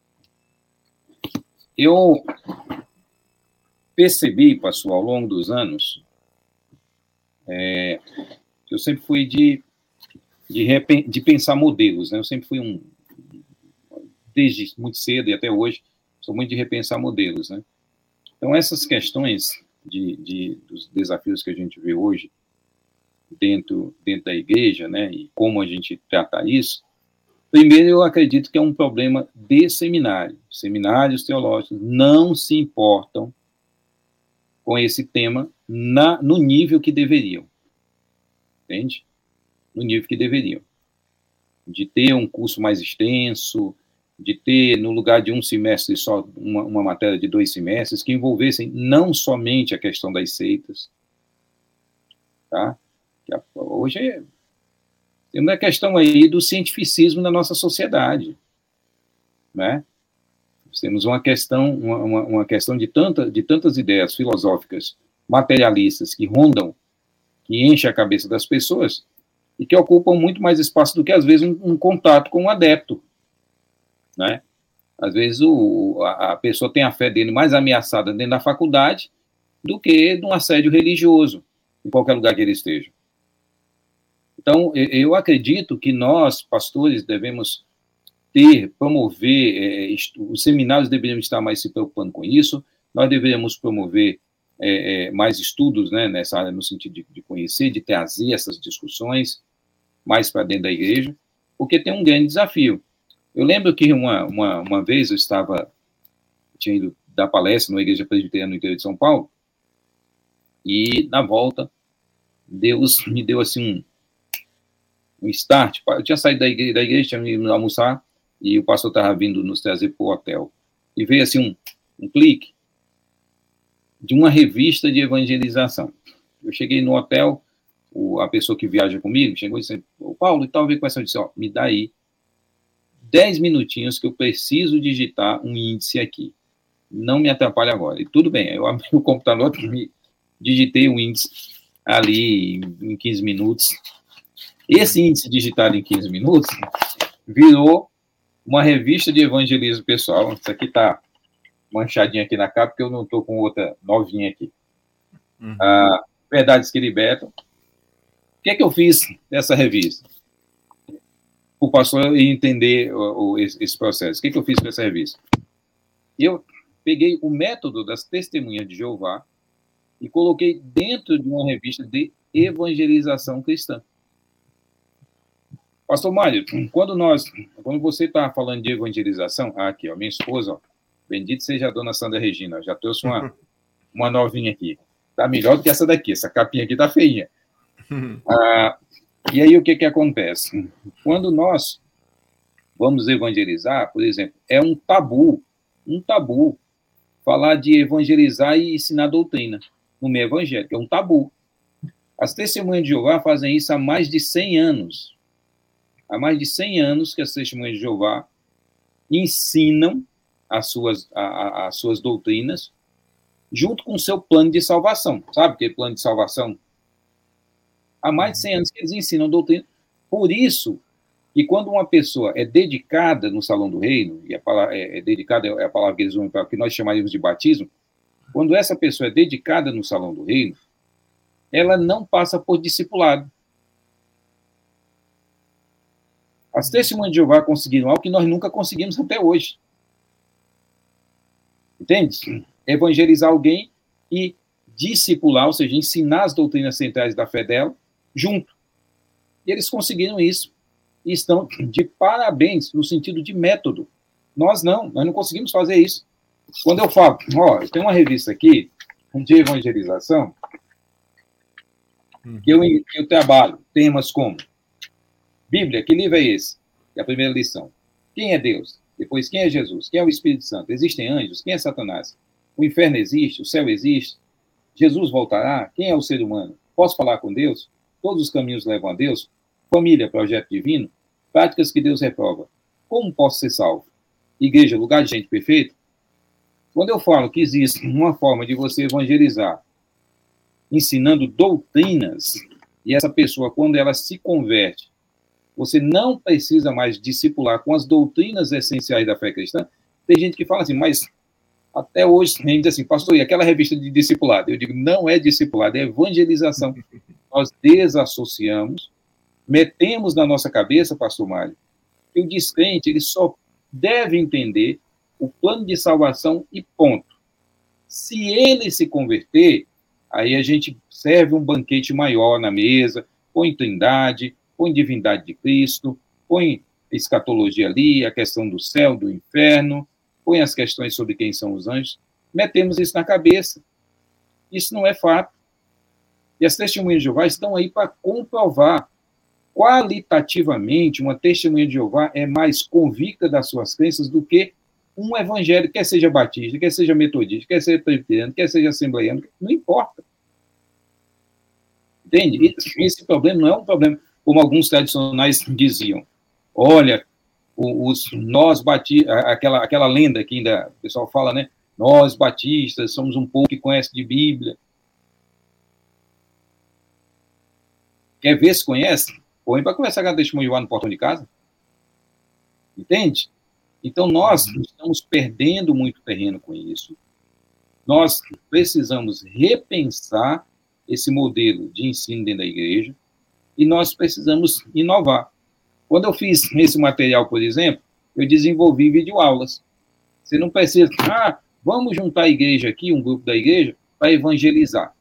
Eu percebi, pastor, ao longo dos anos, eu sempre fui de pensar modelos, né? Eu sempre fui desde muito cedo e até hoje, sou muito de repensar modelos, né? Então, essas questões dos desafios que a gente vê hoje dentro da igreja, né? E como a gente trata isso, primeiro, eu acredito que é um problema de seminário. Seminários teológicos não se importam com esse tema no nível que deveriam. Entende? No nível que deveriam. De ter um curso mais extenso, de ter, no lugar de um semestre só, uma matéria de 2 semestres, que envolvessem não somente a questão das seitas. Tá? Hoje tem uma questão aí do cientificismo na nossa sociedade. Né? Nós temos uma questão de tantas ideias filosóficas materialistas que rondam, que enchem a cabeça das pessoas e que ocupam muito mais espaço do que, às vezes, um contato com um adepto. Né? Às vezes, a pessoa tem a fé dele mais ameaçada dentro da faculdade do que de um assédio religioso, em qualquer lugar que ele esteja. Então, eu acredito que nós, pastores, devemos promover, os seminários deveriam estar mais se preocupando com isso, nós deveríamos promover mais estudos, né, nessa área, no sentido de conhecer, de trazer essas discussões mais para dentro da igreja, porque tem um grande desafio. Eu lembro que uma vez eu tinha ido dar palestra na Igreja Presbiteriana no interior de São Paulo, e na volta, Deus me deu assim um start. Eu tinha saído da igreja, tinha ido almoçar, e o pastor estava vindo nos trazer para o hotel. E veio assim um clique de uma revista de evangelização. Eu cheguei no hotel, a pessoa que viaja comigo chegou e disse: Paulo, e tal, veio com essa, eu disse: me dá aí 10 minutinhos que eu preciso digitar um índice aqui. Não me atrapalhe agora. E tudo bem, eu abri o computador, digitei um índice ali em 15 minutos. Esse índice digitado em 15 minutos virou uma revista de evangelismo pessoal. Isso aqui está manchadinho aqui na capa, porque eu não estou com outra novinha aqui. Verdades que Libertam. O que é que eu fiz dessa revista? O pastor entender esse processo. O que é que eu fiz com essa revista? Eu peguei o método das testemunhas de Jeová e coloquei dentro de uma revista de evangelização cristã. Pastor Mário, quando você está falando de evangelização, aqui, ó, minha esposa, ó, bendito seja a dona Sandra Regina, já trouxe uma novinha aqui. Está melhor do que essa daqui, essa capinha aqui está feinha. E aí o que acontece? Quando nós vamos evangelizar, por exemplo, é um tabu falar de evangelizar e ensinar doutrina no meio evangélico, é um tabu. As testemunhas de Jeová fazem isso há mais de 100 anos. Há mais de 100 anos que as testemunhas de Jeová ensinam as suas doutrinas junto com o seu plano de salvação. Sabe aquele plano de salvação? Há mais de 100 anos que eles ensinam doutrina. Por isso que quando uma pessoa é dedicada no Salão do Reino, e a palavra dedicada é a palavra que eles usam para o que nós chamaríamos de batismo, quando essa pessoa é dedicada no Salão do Reino, ela não passa por discipulado. As testemunhas de Jeová conseguiram algo que nós nunca conseguimos até hoje. Entende? Evangelizar alguém e discipular, ou seja, ensinar as doutrinas centrais da fé dela, junto. E eles conseguiram isso. E estão de parabéns no sentido de método. Nós não conseguimos fazer isso. Quando eu falo, eu tenho uma revista aqui de evangelização, que eu trabalho temas como Bíblia, que livro é esse? É a primeira lição. Quem é Deus? Depois, quem é Jesus? Quem é o Espírito Santo? Existem anjos? Quem é Satanás? O inferno existe? O céu existe? Jesus voltará? Quem é o ser humano? Posso falar com Deus? Todos os caminhos levam a Deus? Família, projeto divino? Práticas que Deus reprova. Como posso ser salvo? Igreja, lugar de gente perfeita? Quando eu falo que existe uma forma de você evangelizar ensinando doutrinas, e essa pessoa, quando ela se converte, você não precisa mais discipular com as doutrinas essenciais da fé cristã. Tem gente que fala assim, mas até hoje, a gente diz assim, pastor, e aquela revista de discipulado? Eu digo, não é discipulado, é evangelização. Nós desassociamos, metemos na nossa cabeça, pastor Mário, que o descrente, ele só deve entender o plano de salvação e ponto. Se ele se converter, aí a gente serve um banquete maior na mesa, põe trindade, põe divindade de Cristo, põe escatologia ali, a questão do céu, do inferno, põe as questões sobre quem são os anjos, metemos isso na cabeça. Isso não é fato. E as testemunhas de Jeová estão aí para comprovar. Qualitativamente, uma testemunha de Jeová é mais convicta das suas crenças do que um evangélico, quer seja batista, quer seja metodista, quer seja presbiteriano, quer seja assembleiano, não importa. Entende? Esse problema não é um problema, como alguns tradicionais diziam. Olha, nós batistas, aquela lenda que ainda o pessoal fala, né? Nós batistas somos um povo que conhece de Bíblia. Quer ver se conhece? Põe para começar a testemunhar no portão de casa. Entende? Então, nós estamos perdendo muito terreno com isso. Nós precisamos repensar esse modelo de ensino dentro da igreja. e nós precisamos inovar. Quando eu fiz esse material, por exemplo, eu desenvolvi videoaulas. Você não precisa, vamos juntar a igreja aqui, um grupo da igreja, para evangelizar.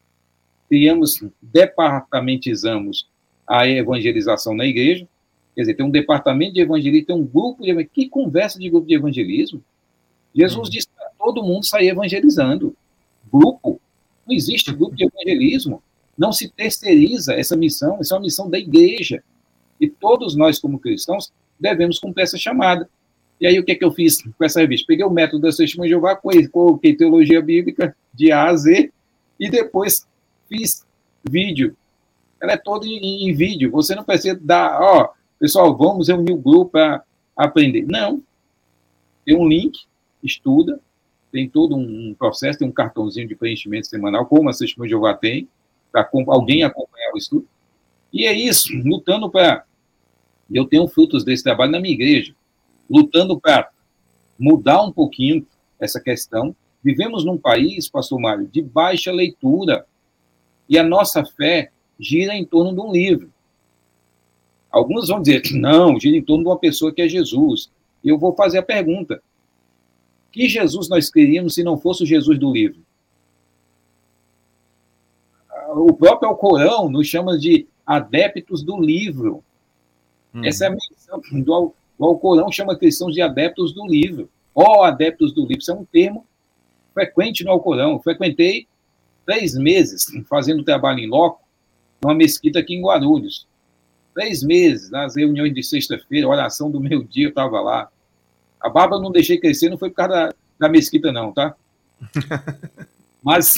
Departamentizamos a evangelização na igreja, quer dizer, tem um departamento de evangelismo, tem um grupo de evangelismo. Que conversa de grupo de evangelismo? Jesus disse para todo mundo sair evangelizando. Grupo. Não existe grupo de evangelismo. Não se terceiriza essa missão. Essa é uma missão da igreja. E todos nós, como cristãos, devemos cumprir essa chamada. E aí, o que é que eu fiz com essa revista? Peguei o método da Testemunha de Jeová, coloquei teologia bíblica de A a Z, e depois fiz vídeo. Ela é toda em vídeo. Você não precisa dar, pessoal, vamos reunir o grupo para aprender. Não. Tem um link, estuda, tem todo um processo, tem um cartãozinho de preenchimento semanal, como a Testemunha de Jeová tem, para alguém acompanhar o estudo. E é isso, lutando para... Eu tenho frutos desse trabalho na minha igreja, lutando para mudar um pouquinho essa questão. Vivemos num país, pastor Mário, de baixa leitura, e a nossa fé gira em torno de um livro. Alguns vão dizer que não, gira em torno de uma pessoa que é Jesus. E eu vou fazer a pergunta: que Jesus nós queríamos se não fosse o Jesus do livro? O próprio Alcorão nos chama de adeptos do livro. Essa é a missão do Alcorão, chama cristãos de adeptos do livro. Adeptos do livro. Isso é um termo frequente no Alcorão. Eu frequentei 3 meses fazendo trabalho em loco numa mesquita aqui em Guarulhos. 3 meses, nas reuniões de sexta-feira, oração do meu dia, eu estava lá. A barba eu não deixei crescer, não foi por causa da mesquita, não, tá? Mas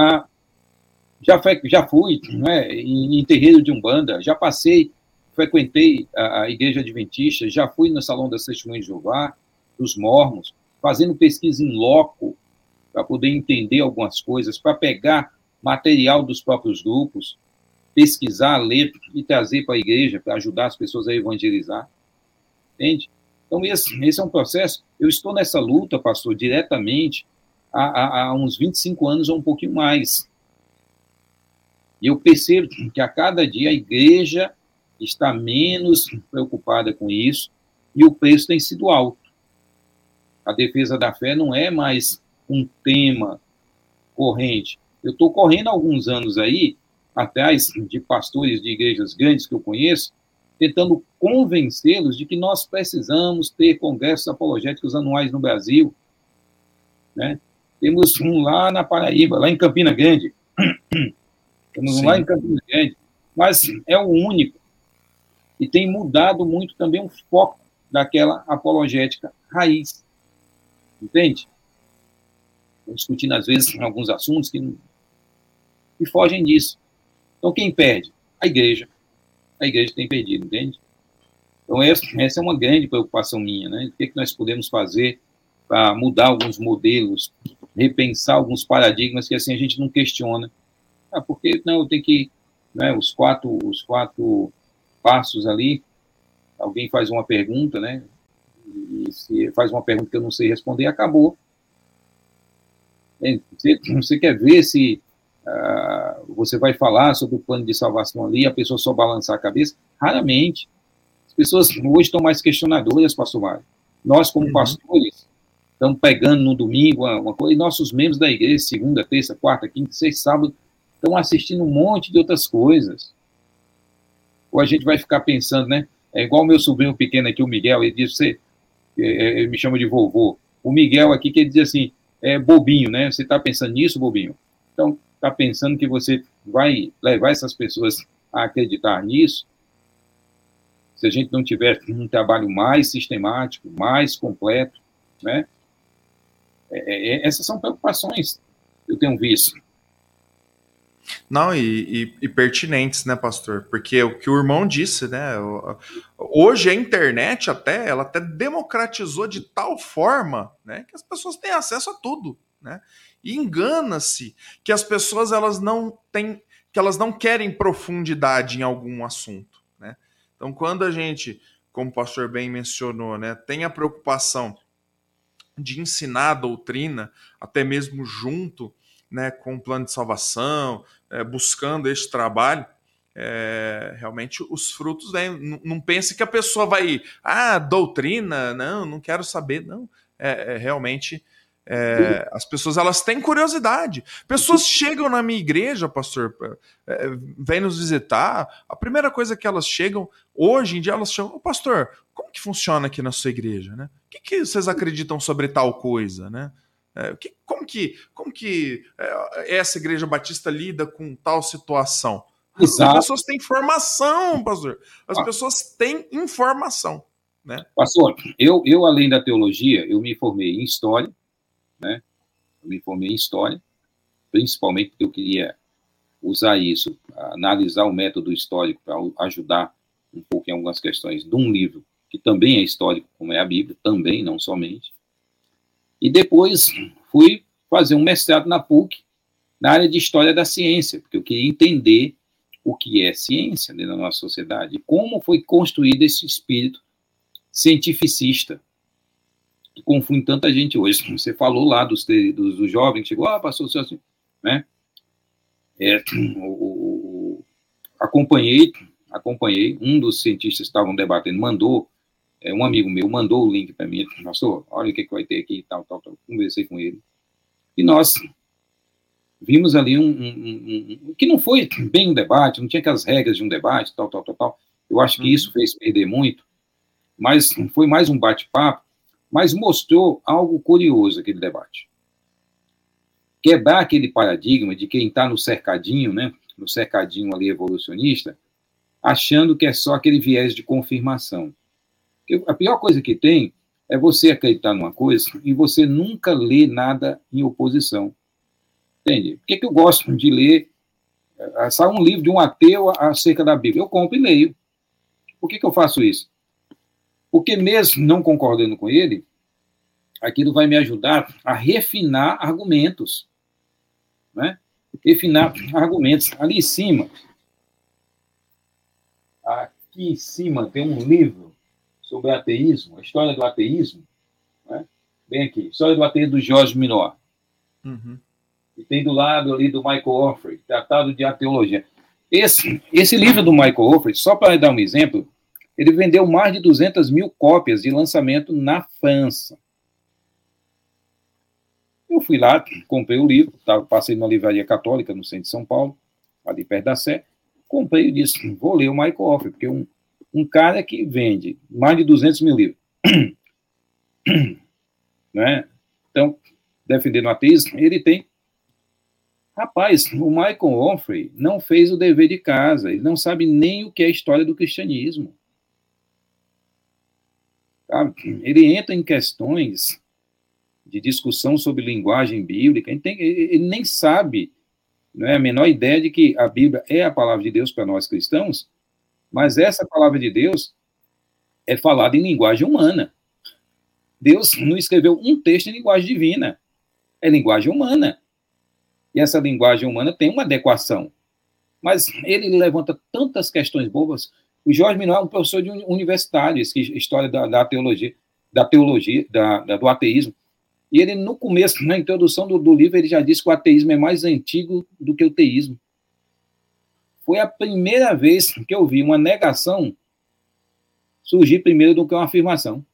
já fui, né, em terreiro de Umbanda, já frequentei a igreja adventista, já fui no Salão da Testemunha de Jeová, dos Mormons, fazendo pesquisa em loco, para poder entender algumas coisas, para pegar material dos próprios grupos, pesquisar, ler e trazer para a igreja, para ajudar as pessoas a evangelizar. Entende? Então, esse é um processo. Eu estou nessa luta, pastor, diretamente há uns 25 anos ou um pouquinho mais. E eu percebo que a cada dia a igreja está menos preocupada com isso e o preço tem sido alto. A defesa da fé não é mais um tema corrente. Eu estou correndo há alguns anos aí, atrás de pastores de igrejas grandes que eu conheço, tentando convencê-los de que nós precisamos ter congressos apologéticos anuais no Brasil. Né? Temos um lá na Paraíba, lá em Campina Grande. Temos um lá em Campina Grande, mas é o único. E tem mudado muito também o foco daquela apologética raiz. Entende? Estou discutindo, às vezes, alguns assuntos que fogem disso. Então, quem perde? A igreja. A igreja tem perdido, entende? Então, essa é uma grande preocupação minha, né? O que nós podemos fazer para mudar alguns modelos, repensar alguns paradigmas que, assim, a gente não questiona. Porque não, eu tenho que... Né, os quatro passos ali, alguém faz uma pergunta, né? E se faz uma pergunta que eu não sei responder, acabou. Você quer ver se você vai falar sobre o plano de salvação ali, a pessoa só balançar a cabeça? Raramente. As pessoas hoje estão mais questionadoras, pastor Mário. Nós, como pastores, estamos pegando no domingo uma coisa, e nossos membros da igreja, segunda, terça, quarta, quinta, sexta, sábado, estão assistindo um monte de outras coisas. Ou a gente vai ficar pensando, né? É igual o meu sobrinho pequeno aqui, o Miguel, ele diz, ele me chama de vovô. O Miguel aqui, que ele diz assim, bobinho, né? Você está pensando nisso, bobinho? Então, está pensando que você vai levar essas pessoas a acreditar nisso? Se a gente não tiver um trabalho mais sistemático, mais completo, né? Essas são preocupações que eu tenho visto. Não, e pertinentes, né, pastor? Porque o que o irmão disse, né? Hoje a internet ela até democratizou de tal forma, né, que as pessoas têm acesso a tudo, né? E engana-se que as pessoas elas não querem profundidade em algum assunto, né? Então, quando a gente, como o pastor bem mencionou, né, tem a preocupação de ensinar a doutrina, até mesmo junto, né, com o plano de salvação, buscando este trabalho, realmente os frutos vêm. Não pense que a pessoa vai, doutrina, não quero saber, não. Realmente as pessoas elas têm curiosidade. Pessoas chegam na minha igreja, pastor, vêm nos visitar, a primeira coisa que elas chegam, hoje em dia elas chegam, pastor, como que funciona aqui na sua igreja, né? O que vocês acreditam sobre tal coisa, né? Como que essa igreja batista lida com tal situação? Exato. As pessoas têm informação, pastor. As pessoas têm informação, né? Pastor, eu além da teologia, eu me formei em história, né? Eu me formei em história, principalmente porque eu queria usar isso, analisar o método histórico para ajudar um pouco em algumas questões de um livro que também é histórico, como é a Bíblia, também, não somente. E depois fui fazer um mestrado na PUC, na área de História da Ciência, porque eu queria entender o que é ciência dentro da nossa sociedade, e como foi construído esse espírito cientificista, que confunde tanta gente hoje. Você falou lá dos jovens que chegou, passou o seu assim, né? Acompanhei, um dos cientistas que estavam debatendo, um amigo meu mandou o link para mim, pastor, olha o que vai ter aqui, tal, conversei com ele, e nós vimos ali que não foi bem um debate, não tinha aquelas regras de um debate, tal. Eu acho que isso fez perder muito, mas foi mais um bate-papo, mas mostrou algo curioso aquele debate. Quebrar aquele paradigma de quem está no cercadinho, né, no cercadinho ali evolucionista, achando que é só aquele viés de confirmação. Porque a pior coisa que tem é você acreditar numa coisa e você nunca lê nada em oposição. Entende? Por que eu gosto de ler? Sai um livro de um ateu acerca da Bíblia. Eu compro e leio. Por que eu faço isso? Porque mesmo não concordando com ele, aquilo vai me ajudar a refinar argumentos. Né? Refinar argumentos. Ali em cima, aqui em cima tem um livro sobre ateísmo, a história do ateísmo. Né? Bem aqui, história do ateísmo do George Minor. Uhum. E tem do lado ali do Michael Onfray, Tratado de Ateologia. Esse livro do Michael Onfray, só para dar um exemplo, ele vendeu mais de 200 mil cópias de lançamento na França. Eu fui lá, comprei o livro, passei numa livraria católica no centro de São Paulo, ali perto da Sé, comprei e disse, vou ler o Michael Onfray, porque um cara que vende mais de 200 mil livros, né? Então, defendendo o ateísmo, ele tem. Rapaz, o Michael Onfray não fez o dever de casa, ele não sabe nem o que é a história do cristianismo. Tá? Ele entra em questões de discussão sobre linguagem bíblica, ele nem sabe, não é a menor ideia de que a Bíblia é a palavra de Deus para nós cristãos, mas essa palavra de Deus é falada em linguagem humana. Deus não escreveu um texto em linguagem divina, é linguagem humana. E essa linguagem humana tem uma adequação. Mas ele levanta tantas questões bobas. O George Minor é um professor de universitário, história da teologia, do ateísmo. E ele, no começo, na introdução do livro, ele já disse que o ateísmo é mais antigo do que o teísmo. Foi a primeira vez que eu vi uma negação surgir primeiro do que uma afirmação.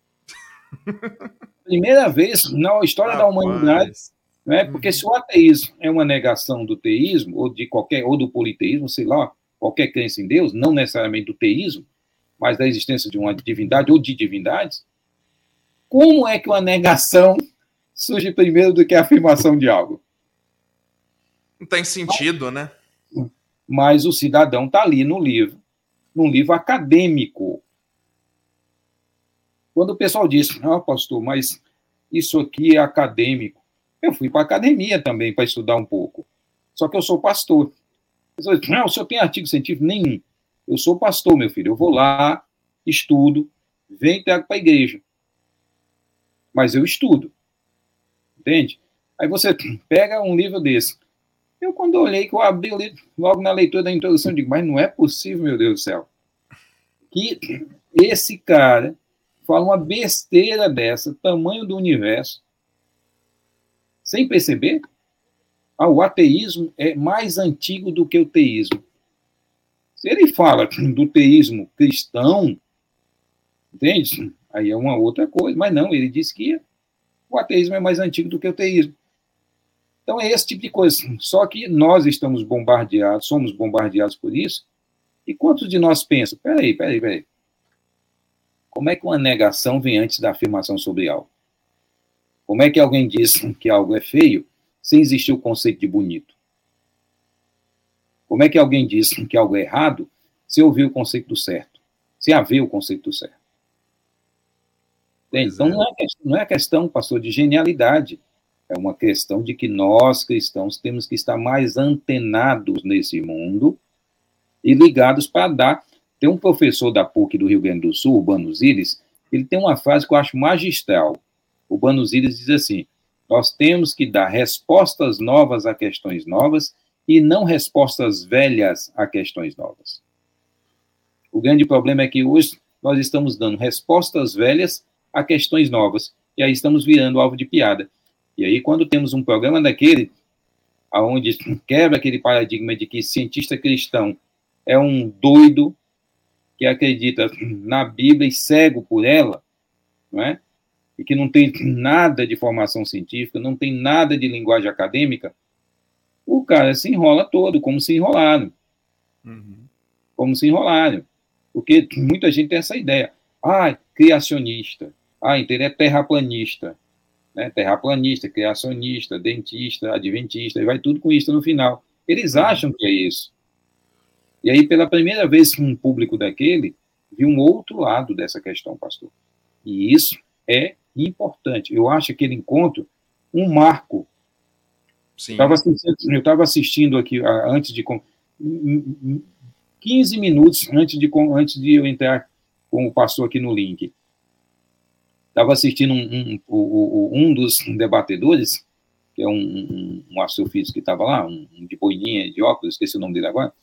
Primeira vez na história da humanidade. Né? Porque se o ateísmo é uma negação do teísmo, ou do politeísmo, sei lá, qualquer crença em Deus, não necessariamente do teísmo, mas da existência de uma divindade ou de divindades, como é que uma negação surge primeiro do que a afirmação de algo? Não tem sentido, né? Mas o cidadão está ali num livro acadêmico. Quando o pessoal diz, pastor, mas isso aqui é acadêmico, eu fui para a academia também para estudar um pouco. Só que eu sou pastor. Não, o senhor tem artigo científico? Nenhum. Eu sou pastor, meu filho. Eu vou lá, estudo, venho e trago para a igreja. Mas eu estudo. Entende? Aí você pega um livro desse. Eu, quando olhei, que eu abri o livro, logo na leitura da introdução, eu digo, mas não é possível, meu Deus do céu, que esse cara fala uma besteira dessa, tamanho do universo, sem perceber, o ateísmo é mais antigo do que o teísmo. Se ele fala do teísmo cristão, entende? Aí é uma outra coisa. Mas não, ele diz que o ateísmo é mais antigo do que o teísmo. Então é esse tipo de coisa. Só que nós estamos bombardeados, somos bombardeados por isso. E quantos de nós pensam, peraí. Como é que uma negação vem antes da afirmação sobre algo? Como é que alguém diz que algo é feio sem existir o conceito de bonito? Como é que alguém diz que algo é errado se ouvir o conceito do certo? Se haver o conceito do certo? Então, não é questão, pastor, de genialidade. É uma questão de que nós, cristãos, temos que estar mais antenados nesse mundo e ligados para dar. Tem um professor da PUC do Rio Grande do Sul, Urbano Zilles, ele tem uma frase que eu acho magistral. O Urbano Zilles diz assim: nós temos que dar respostas novas a questões novas e não respostas velhas a questões novas. O grande problema é que hoje nós estamos dando respostas velhas a questões novas, e aí estamos virando alvo de piada. E aí, quando temos um programa daquele, onde quebra aquele paradigma de que cientista cristão é um doido que acredita na Bíblia e cego por ela, não é? E que não tem nada de formação científica, não tem nada de linguagem acadêmica, o cara se enrola todo, como se enrolaram. Como se enrolaram. Porque muita gente tem essa ideia. Criacionista. Então ele é terraplanista. Né? Terraplanista, criacionista, dentista, adventista, e vai tudo com isso no final. Eles acham que é isso. E aí, pela primeira vez, um público daquele viu um outro lado dessa questão, pastor. E isso é importante. Eu acho aquele encontro um marco. Sim. Eu estava assistindo aqui, antes de... 15 minutos antes de eu entrar com o pastor aqui no link. Estava assistindo um dos debatedores, que é um astrofísico que estava lá, um de boininha, de óculos, esqueci o nome dele agora.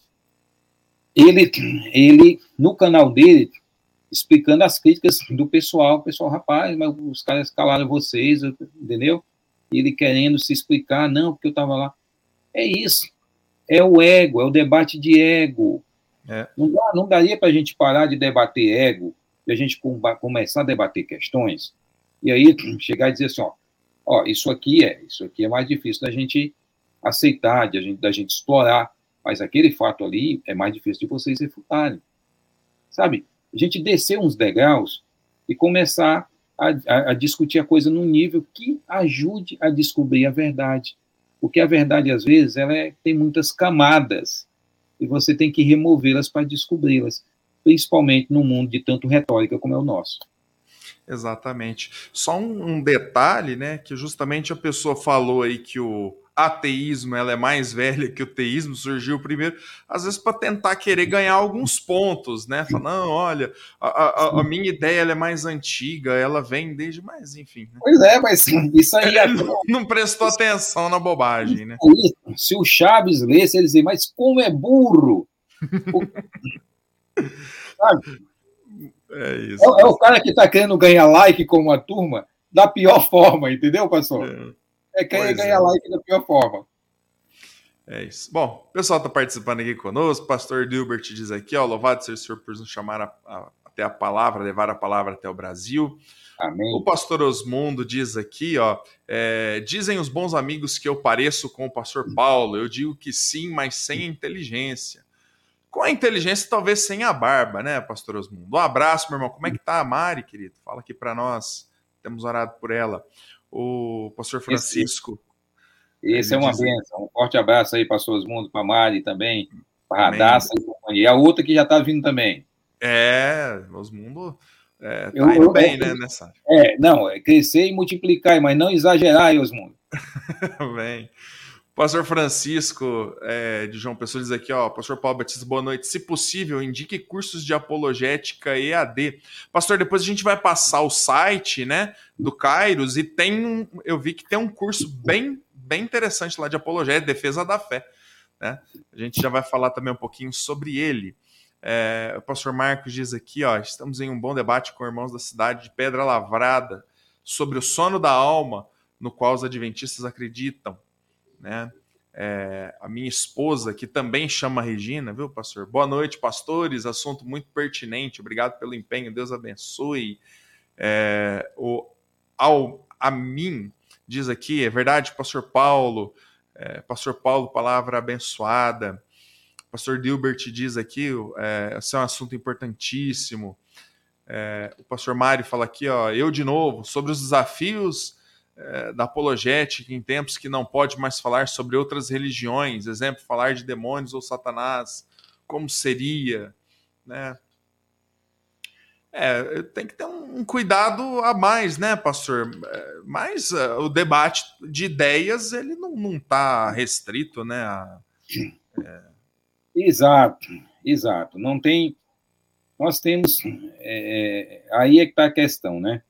Ele, no canal dele, explicando as críticas do pessoal, rapaz, mas os caras calaram vocês, entendeu? E ele querendo se explicar, não, porque eu estava lá. É isso. É o ego, é o debate de ego. Não daria para a gente parar de debater ego, e a gente começar a debater questões, e aí chegar e dizer assim, isso aqui é mais difícil da gente aceitar, da gente explorar, mas aquele fato ali é mais difícil de vocês refutarem. Sabe? A gente descer uns degraus e começar a discutir a coisa num nível que ajude a descobrir a verdade. Porque a verdade, às vezes, ela tem muitas camadas, e você tem que removê-las para descobri-las, principalmente num mundo de tanto retórica como é o nosso. Exatamente. Só um detalhe, né, que justamente a pessoa falou aí que o ateísmo ela é mais velha que o teísmo, surgiu primeiro, às vezes para tentar querer ganhar alguns pontos, né? Falar, não, olha, a minha ideia ela é mais antiga, ela vem desde, mas enfim. Né? Pois é, mas isso aí... Ele não prestou atenção na bobagem, né? Se o Chaves lesse, ele dizia, mas como é burro! Sabe? É isso. É o cara que está querendo ganhar like com uma turma da pior forma, entendeu, pastor? É querer ganhar like da pior forma. É isso. Bom, o pessoal está participando aqui conosco. O pastor Dilbert diz aqui, louvado seja o Senhor por nos chamar até a palavra, levar a palavra até o Brasil. Amém. O pastor Osmundo diz aqui, dizem os bons amigos que eu pareço com o pastor Paulo. Eu digo que sim, mas sem inteligência. Com a inteligência, talvez sem a barba, né, pastor Osmundo? Um abraço, meu irmão. Como é que tá a Mari, querido? Fala aqui para nós. Temos orado por ela. O pastor Francisco. Esse é uma bênção. Um forte abraço aí, pastor Osmundo, para a Mari também, para a Radassa e companhia. E a outra que já está vindo também. Osmundo tá indo bem, né, nessa área. Não, é crescer e multiplicar, mas não exagerar, Osmundo. Bem. Pastor Francisco, de João Pessoa, diz aqui, pastor Paulo Batista, boa noite. Se possível, indique cursos de apologética EAD. Pastor, depois a gente vai passar o site, né, do Kairos, e eu vi que tem um curso bem interessante lá de apologética, defesa da fé. Né? A gente já vai falar também um pouquinho sobre ele. O pastor Marcos diz aqui, estamos em um bom debate com irmãos da cidade de Pedra Lavrada sobre o sono da alma, no qual os adventistas acreditam. Né? a minha esposa, que também chama Regina, viu, pastor? Boa noite, pastores, assunto muito pertinente, obrigado pelo empenho, Deus abençoe. A mim, diz aqui, é verdade, pastor Paulo, palavra abençoada. Pastor Dilbert diz aqui, esse é um assunto importantíssimo. O pastor Mário fala aqui, eu de novo, sobre os desafios da apologética em tempos que não pode mais falar sobre outras religiões, exemplo, falar de demônios ou Satanás, como seria, né? Tem que ter um cuidado a mais, né, pastor? Mas o debate de ideias, ele não está restrito, né? Exato. Não tem... Nós temos... aí é que está a questão, né?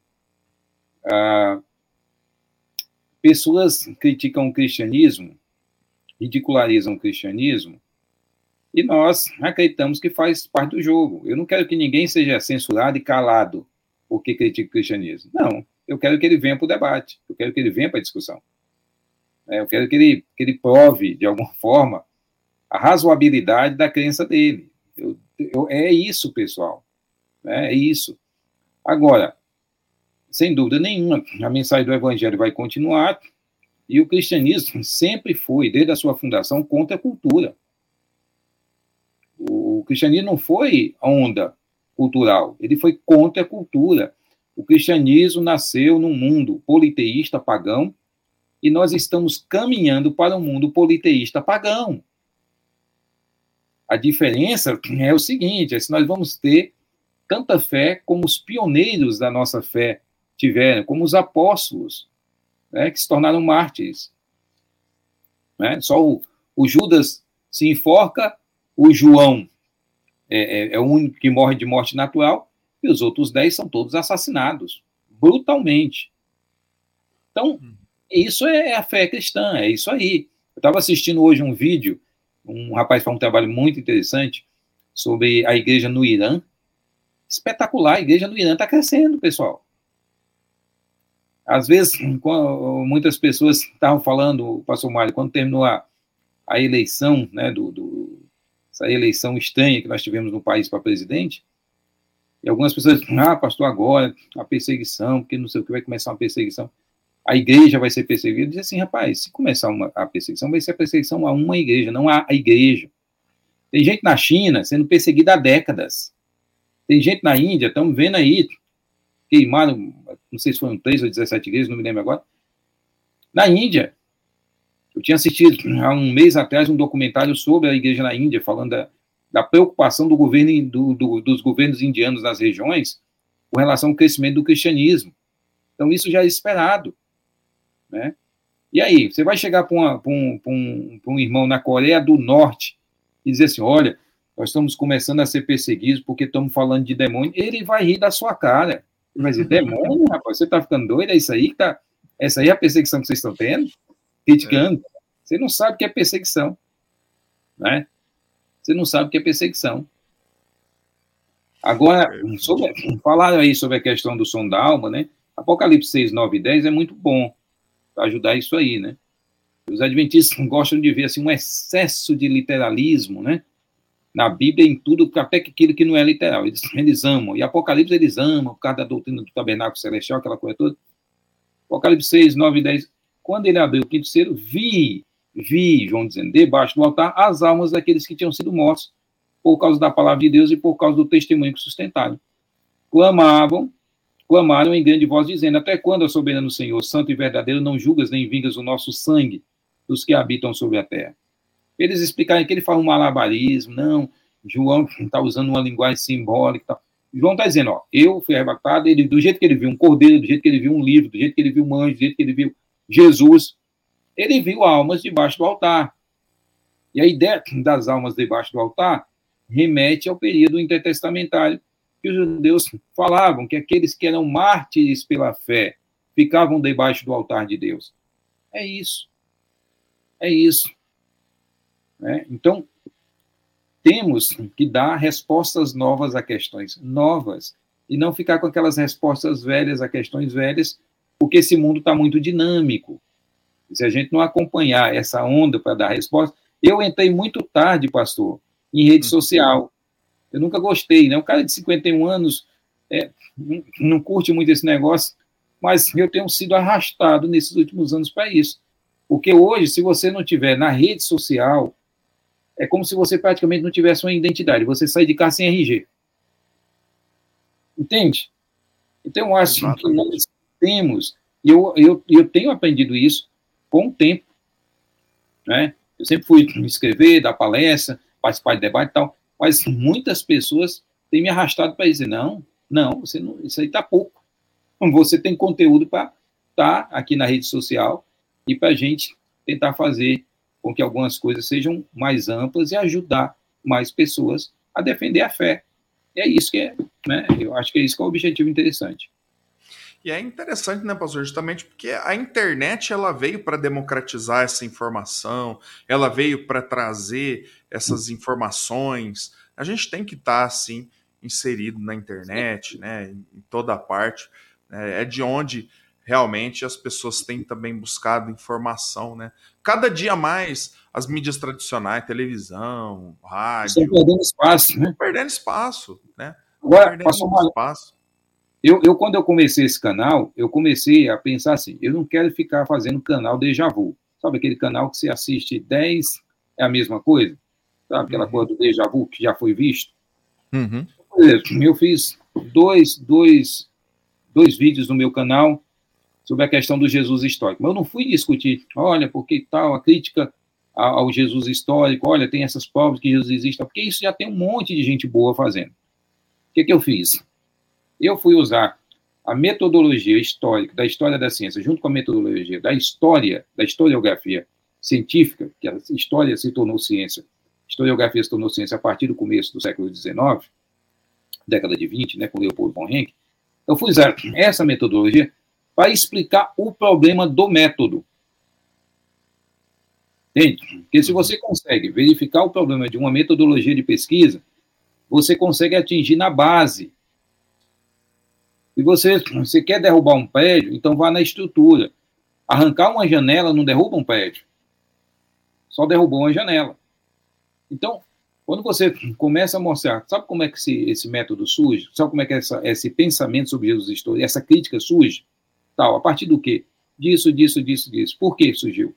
Pessoas criticam o cristianismo, ridicularizam o cristianismo, e nós acreditamos que faz parte do jogo. Eu não quero que ninguém seja censurado e calado porque critica o cristianismo. Não, eu quero que ele venha para o debate, eu quero que ele venha para a discussão. Eu quero que ele prove, de alguma forma, a razoabilidade da crença dele. É isso, pessoal. É isso. Agora, sem dúvida nenhuma, a mensagem do Evangelho vai continuar, e o cristianismo sempre foi, desde a sua fundação, contra a cultura. O cristianismo não foi onda cultural, ele foi contra a cultura. O cristianismo nasceu num mundo politeísta pagão, e nós estamos caminhando para um mundo politeísta pagão. A diferença é o seguinte, se nós vamos ter tanta fé como os pioneiros da nossa fé tiveram, como os apóstolos, né, que se tornaram mártires. Né? Só o Judas se enforca, o João é o único que morre de morte natural, e os outros 10 são todos assassinados, brutalmente. Então, isso é a fé cristã, é isso aí. Eu estava assistindo hoje um vídeo, um rapaz faz um trabalho muito interessante sobre a igreja no Irã. Espetacular, a igreja no Irã está crescendo, pessoal. Às vezes, muitas pessoas estavam falando, pastor Mário, quando terminou a eleição, né, essa eleição estranha que nós tivemos no país para presidente, e algumas pessoas disseram, pastor, agora a perseguição, porque não sei o que, vai começar uma perseguição, a igreja vai ser perseguida. Eu disse assim, rapaz, se começar a perseguição, vai ser a perseguição a uma igreja, não a igreja. Tem gente na China sendo perseguida há décadas. Tem gente na Índia, estamos vendo aí, queimaram, não sei se foram 3 ou 17 igrejas, não me lembro agora. Na Índia, eu tinha assistido há um mês atrás um documentário sobre a igreja na Índia, falando da preocupação do governo, dos governos indianos nas regiões com relação ao crescimento do cristianismo. Então, isso já é esperado. Né? E aí, você vai chegar para um irmão na Coreia do Norte e dizer assim, olha, nós estamos começando a ser perseguidos porque estamos falando de demônio, ele vai rir da sua cara. Ele vai dizer, demônio, rapaz, você está ficando doido? É isso aí essa aí é a perseguição que vocês estão tendo? Criticando. Você não sabe o que é perseguição. Né? Você não sabe o que é perseguição. Agora, falaram aí sobre a questão do som da alma, né? Apocalipse 6, 9 e 10 é muito bom para ajudar isso aí, né? Os adventistas gostam de ver assim, um excesso de literalismo, né? Na Bíblia, em tudo, até aquilo que não é literal. Eles amam. E Apocalipse eles amam, por causa da doutrina do tabernáculo celestial, aquela coisa toda. Apocalipse 6, 9 e 10. Quando ele abriu o quinto selo, vi, João dizendo, debaixo do altar, as almas daqueles que tinham sido mortos por causa da palavra de Deus e por causa do testemunho que sustentaram. Clamaram em grande voz, dizendo, até quando, ó soberano Senhor, santo e verdadeiro, não julgas nem vingas o nosso sangue dos que habitam sobre a terra? Eles explicaram que ele fala um malabarismo, não, João está usando uma linguagem simbólica e tal. João está dizendo, eu fui arrebatado, do jeito que ele viu um cordeiro, do jeito que ele viu um livro, do jeito que ele viu um anjo, do jeito que ele viu Jesus, ele viu almas debaixo do altar. E a ideia das almas debaixo do altar remete ao período intertestamentário, que os judeus falavam que aqueles que eram mártires pela fé ficavam debaixo do altar de Deus. É isso. Né? Então, temos que dar respostas novas a questões novas e não ficar com aquelas respostas velhas a questões velhas, porque esse mundo está muito dinâmico. E se a gente não acompanhar essa onda para dar resposta... Eu entrei muito tarde, pastor, em rede social. Eu nunca gostei, né? Um cara de 51 anos não curte muito esse negócio, mas eu tenho sido arrastado nesses últimos anos para isso. Porque hoje, se você não tiver na rede social, é como se você praticamente não tivesse uma identidade. Você sai de casa sem RG. Entende? Então, eu acho que nós temos, e eu tenho aprendido isso com o tempo, né? Eu sempre fui me inscrever, dar palestra, participar de debate e tal, mas muitas pessoas têm me arrastado para dizer, não, você não, isso aí está pouco. Você tem conteúdo para estar aqui na rede social e para a gente tentar fazer com que algumas coisas sejam mais amplas e ajudar mais pessoas a defender a fé. E é isso que é, né? Eu acho que é isso que é o objetivo interessante. E é interessante, né, pastor, justamente porque a internet ela veio para democratizar essa informação, ela veio para trazer essas informações. A gente tem que estar, assim, inserido na internet, né, em toda parte. É de onde realmente as pessoas têm também buscado informação, né? Cada dia mais as mídias tradicionais, televisão, rádio... Estão perdendo espaço, né? Perdendo espaço, né? Agora, Perdendo pastor Mário, espaço. Quando eu comecei esse canal, eu comecei a pensar assim, eu não quero ficar fazendo canal déjà vu. Sabe aquele canal que você assiste 10, é a mesma coisa? Sabe aquela coisa do déjà vu que já foi visto? Uhum. Eu fiz dois vídeos no meu canal sobre a questão do Jesus histórico. Mas eu não fui discutir, olha, porque tal, a crítica ao Jesus histórico, olha, tem essas provas que Jesus existe, porque isso já tem um monte de gente boa fazendo. O que eu fiz? Eu fui usar a metodologia histórica, da história da ciência, junto com a metodologia da história, da historiografia científica, que a história se tornou ciência, a historiografia se tornou ciência a partir do começo do século XIX, década de 20, né, com Leopold von Ranke. Eu fui usar essa metodologia para explicar o problema do método. Entende? Porque se você consegue verificar o problema de uma metodologia de pesquisa, você consegue atingir na base. Se você quer derrubar um prédio, então vá na estrutura. Arrancar uma janela não derruba um prédio. Só derrubou uma janela. Então, quando você começa a mostrar, sabe como é que esse método surge? Sabe como é que esse pensamento sobre Jesus histórico, essa crítica surge? Tal, a partir do quê? Disso. Por que surgiu?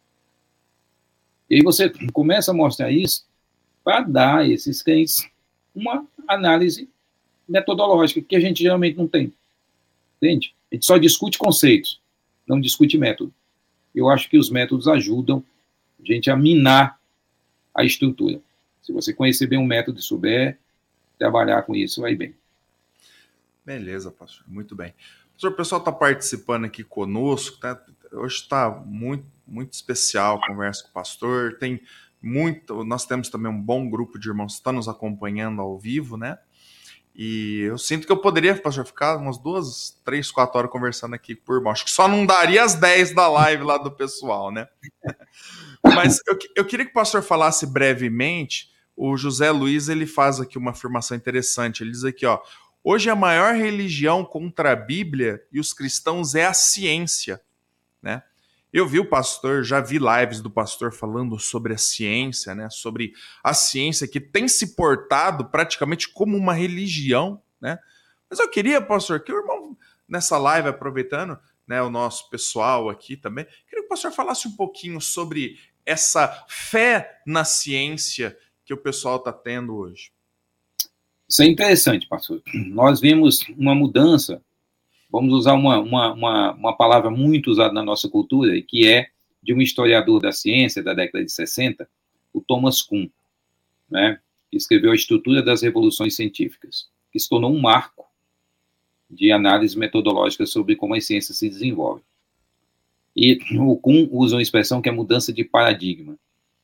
E aí você começa a mostrar isso para dar a esses crentes uma análise metodológica, que a gente geralmente não tem. Entende? A gente só discute conceitos, não discute método. Eu acho que os métodos ajudam a gente a minar a estrutura. Se você conhecer bem um método e souber trabalhar com isso, vai bem. Beleza, pastor. Muito bem. Pastor, o pessoal está participando aqui conosco. Tá? Hoje está muito, muito especial a conversa com o pastor. Nós temos também um bom grupo de irmãos que estão nos acompanhando ao vivo, né? E eu sinto que eu poderia, pastor, ficar umas 2, 3, 4 horas conversando aqui por irmão. Acho que só não daria as 10 da live lá do pessoal, né? Mas eu queria que o pastor falasse brevemente. O José Luiz, ele faz aqui uma afirmação interessante. Ele diz aqui, ó: hoje a maior religião contra a Bíblia e os cristãos é a ciência, né? Eu vi o pastor, já vi lives do pastor falando sobre a ciência, né? Sobre a ciência que tem se portado praticamente como uma religião, né? Mas eu queria, pastor, que o irmão, nessa live, aproveitando, né, o nosso pessoal aqui também, queria que o pastor falasse um pouquinho sobre essa fé na ciência que o pessoal está tendo hoje. Isso é interessante, pastor. Nós vemos uma mudança, vamos usar uma palavra muito usada na nossa cultura, que é de um historiador da ciência da década de 60, o Thomas Kuhn, né, que escreveu A Estrutura das Revoluções Científicas, que se tornou um marco de análise metodológica sobre como as ciências se desenvolvem. E o Kuhn usa uma expressão que é mudança de paradigma.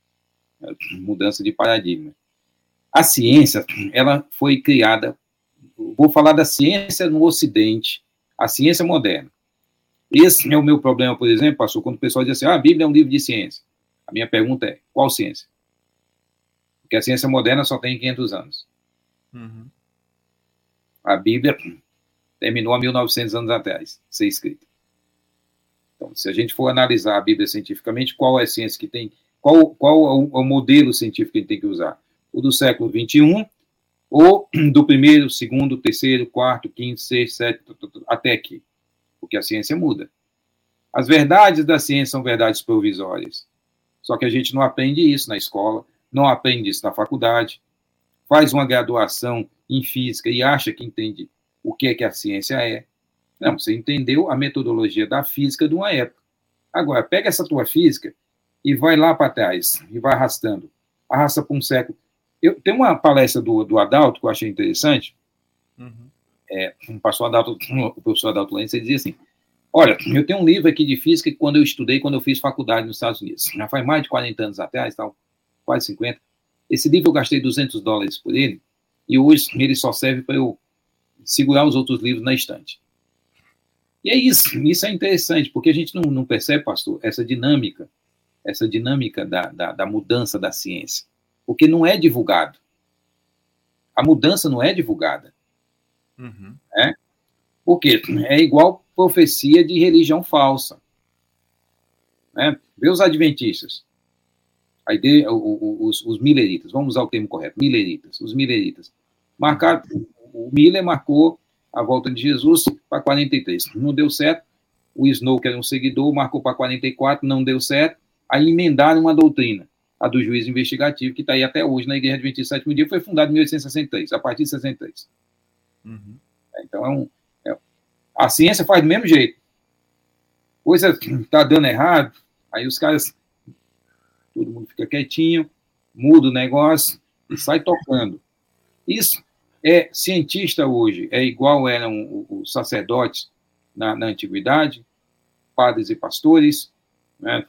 Mudança de paradigma. A ciência, ela foi criada, vou falar da ciência no Ocidente, a ciência moderna. Esse é o meu problema, por exemplo, pastor, quando o pessoal diz assim, a Bíblia é um livro de ciência. A minha pergunta é, qual ciência? Porque a ciência moderna só tem 500 anos. Uhum. A Bíblia terminou há 1900 anos atrás, ser escrita. Então, se a gente for analisar a Bíblia cientificamente, qual é a ciência que tem, qual é o modelo científico que a gente tem que usar? O do século XXI, ou do primeiro, segundo, terceiro, quarto, quinto, sexto, sétimo, até aqui. Porque a ciência muda. As verdades da ciência são verdades provisórias. Só que a gente não aprende isso na escola, não aprende isso na faculdade, faz uma graduação em física e acha que entende o que é que a ciência é. Não, você entendeu a metodologia da física de uma época. Agora, pega essa tua física e vai lá para trás, e vai arrastando. Arrasta para um século. Tem uma palestra do Adalto que eu achei interessante. O professor Adalto Lenz, ele dizia assim, olha, eu tenho um livro aqui de física que quando eu fiz faculdade nos Estados Unidos, já faz mais de 40 anos atrás, tal, quase 50. Esse livro eu gastei $200 por ele, e hoje ele só serve para eu segurar os outros livros na estante. E é isso é interessante, porque a gente não percebe, pastor, essa dinâmica da mudança da ciência, porque não é divulgado. A mudança não é divulgada. Porque é igual profecia de religião falsa. Vê os adventistas, os mileritas, vamos usar o termo correto, os mileritas. O Miller marcou a volta de Jesus para 43. Não deu certo. O Snow, que era um seguidor, marcou para 44, não deu certo. Aí emendaram uma doutrina, a do juízo investigativo, que está aí até hoje na Igreja Adventista do Sétimo Dia, foi fundada em 1863, a partir de 63. Então, a ciência faz do mesmo jeito. Coisa está dando errado, aí os caras, todo mundo fica quietinho, muda o negócio e sai tocando. Isso cientista hoje é igual eram os sacerdotes na antiguidade, padres e pastores, né?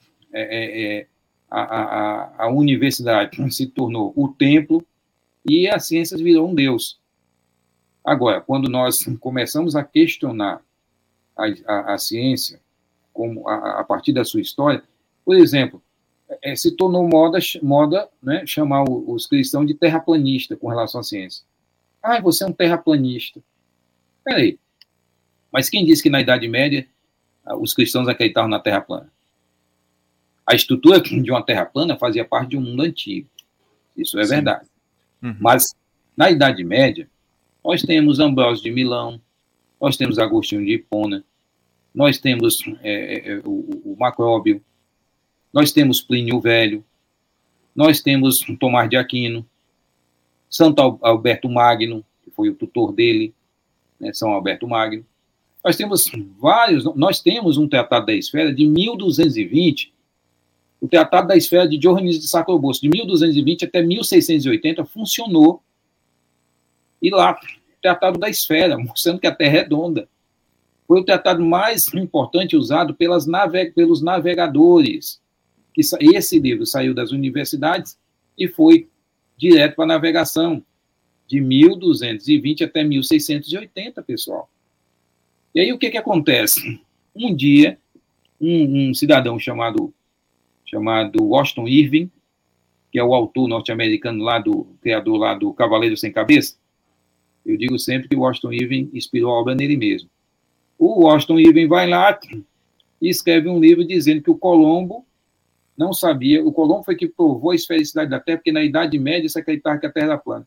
A universidade se tornou o templo e as ciências virou um Deus. Agora, quando nós começamos a questionar a ciência como a partir da sua história, por exemplo, se tornou moda, né, chamar os cristãos de terraplanista com relação à ciência. Você é um terraplanista. Peraí, mas quem disse que na Idade Média os cristãos acreditavam na Terra plana? A estrutura de uma Terra plana fazia parte de um mundo antigo. Isso é verdade. Mas, na Idade Média, nós temos Ambrósio de Milão, nós temos Agostinho de Hipona, nós temos o Macróbio, nós temos Plínio o Velho, nós temos Tomás de Aquino, Santo Alberto Magno, que foi o tutor dele, né, São Alberto Magno. Nós temos um Tratado da Esfera de 1220, o Tratado da Esfera de Dionísio de Sacrobosco, de 1220 até 1680, funcionou. E lá, o Tratado da Esfera, mostrando que a Terra é redonda. Foi o tratado mais importante usado pelos navegadores. Esse livro saiu das universidades e foi direto para a navegação, de 1220 até 1680, pessoal. E aí o que acontece? Um dia, um cidadão chamado Washington Irving, que é o autor norte-americano criador lá do Cavaleiro Sem Cabeça, eu digo sempre que o Washington Irving inspirou a obra nele mesmo. O Washington Irving vai lá e escreve um livro dizendo que o Colombo não sabia, o Colombo foi que provou a esfericidade da Terra, porque na Idade Média se acreditava que a Terra era plana.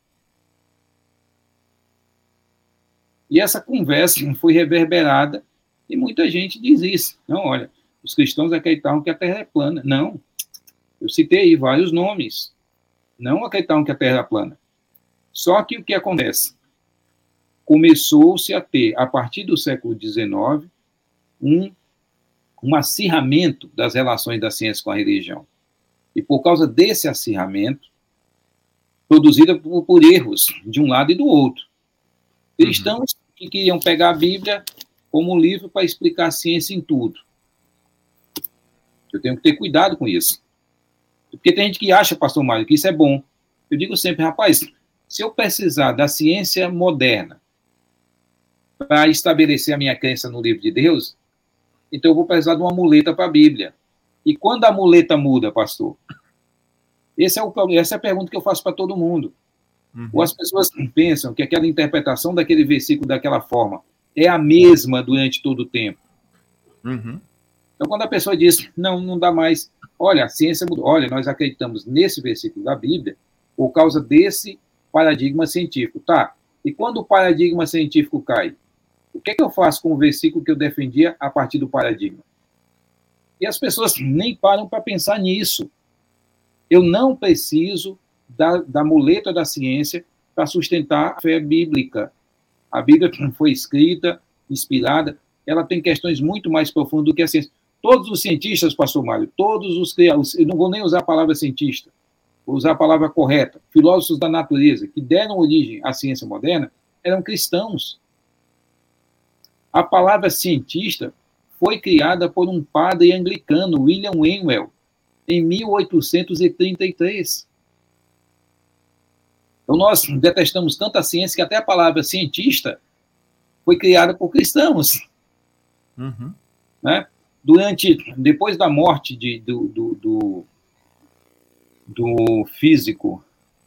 E essa conversa foi reverberada e muita gente diz isso. Não, olha, os cristãos acreditavam que a Terra é plana. Não, eu citei aí vários nomes. Não acreditavam que a Terra era plana. Só que o que acontece? Começou-se a ter, a partir do século XIX, um acirramento das relações da ciência com a religião. E por causa desse acirramento, produzida por erros de um lado e do outro. Cristãos que queriam pegar a Bíblia como um livro para explicar a ciência em tudo. Eu tenho que ter cuidado com isso. Porque tem gente que acha, pastor Mário, que isso é bom. Eu digo sempre, rapaz, se eu precisar da ciência moderna para estabelecer a minha crença no livro de Deus, então eu vou precisar de uma muleta para a Bíblia. E quando a muleta muda, pastor? Essa é a pergunta que eu faço para todo mundo. Ou as pessoas pensam que aquela interpretação daquele versículo daquela forma é a mesma durante todo o tempo. Então, quando a pessoa diz, não dá mais, olha, a ciência mudou, olha, nós acreditamos nesse versículo da Bíblia por causa desse paradigma científico. Tá, e quando o paradigma científico cai, o que é que eu faço com o versículo que eu defendia a partir do paradigma? E as pessoas nem param para pensar nisso. Eu não preciso da muleta da ciência para sustentar a fé bíblica. A Bíblia foi escrita, inspirada, ela tem questões muito mais profundas do que a ciência. Todos os cientistas, pastor Mário, todos os criadores, eu não vou nem usar a palavra cientista, vou usar a palavra correta, filósofos da natureza, que deram origem à ciência moderna, eram cristãos. A palavra cientista foi criada por um padre anglicano, William Whewell, em 1833. Então, nós detestamos tanto a ciência que até a palavra cientista foi criada por cristãos. Uhum. Né? Depois da morte do físico,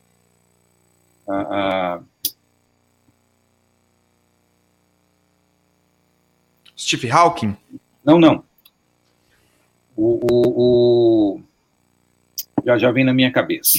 Stephen Hawking? Não. Já vem na minha cabeça.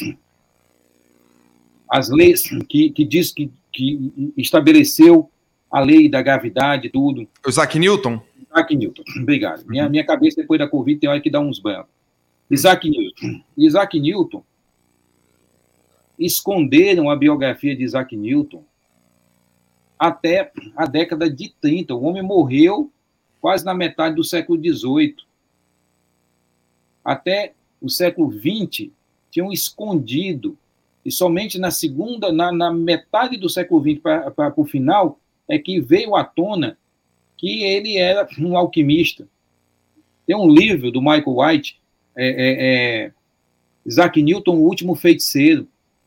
As leis que diz que estabeleceu a lei da gravidade, tudo. O Isaac Newton? Isaac Newton, obrigado. Minha cabeça, depois da Covid, tem hora que dá uns brancos. Isaac Newton, esconderam a biografia de Isaac Newton até a década de 30. O homem morreu quase na metade do século XVIII. Até o século XX, tinham escondido, e somente na metade do século XX para o final, é que veio à tona que ele era um alquimista. Tem um livro do Michael White, Isaac Newton, o último feiticeiro.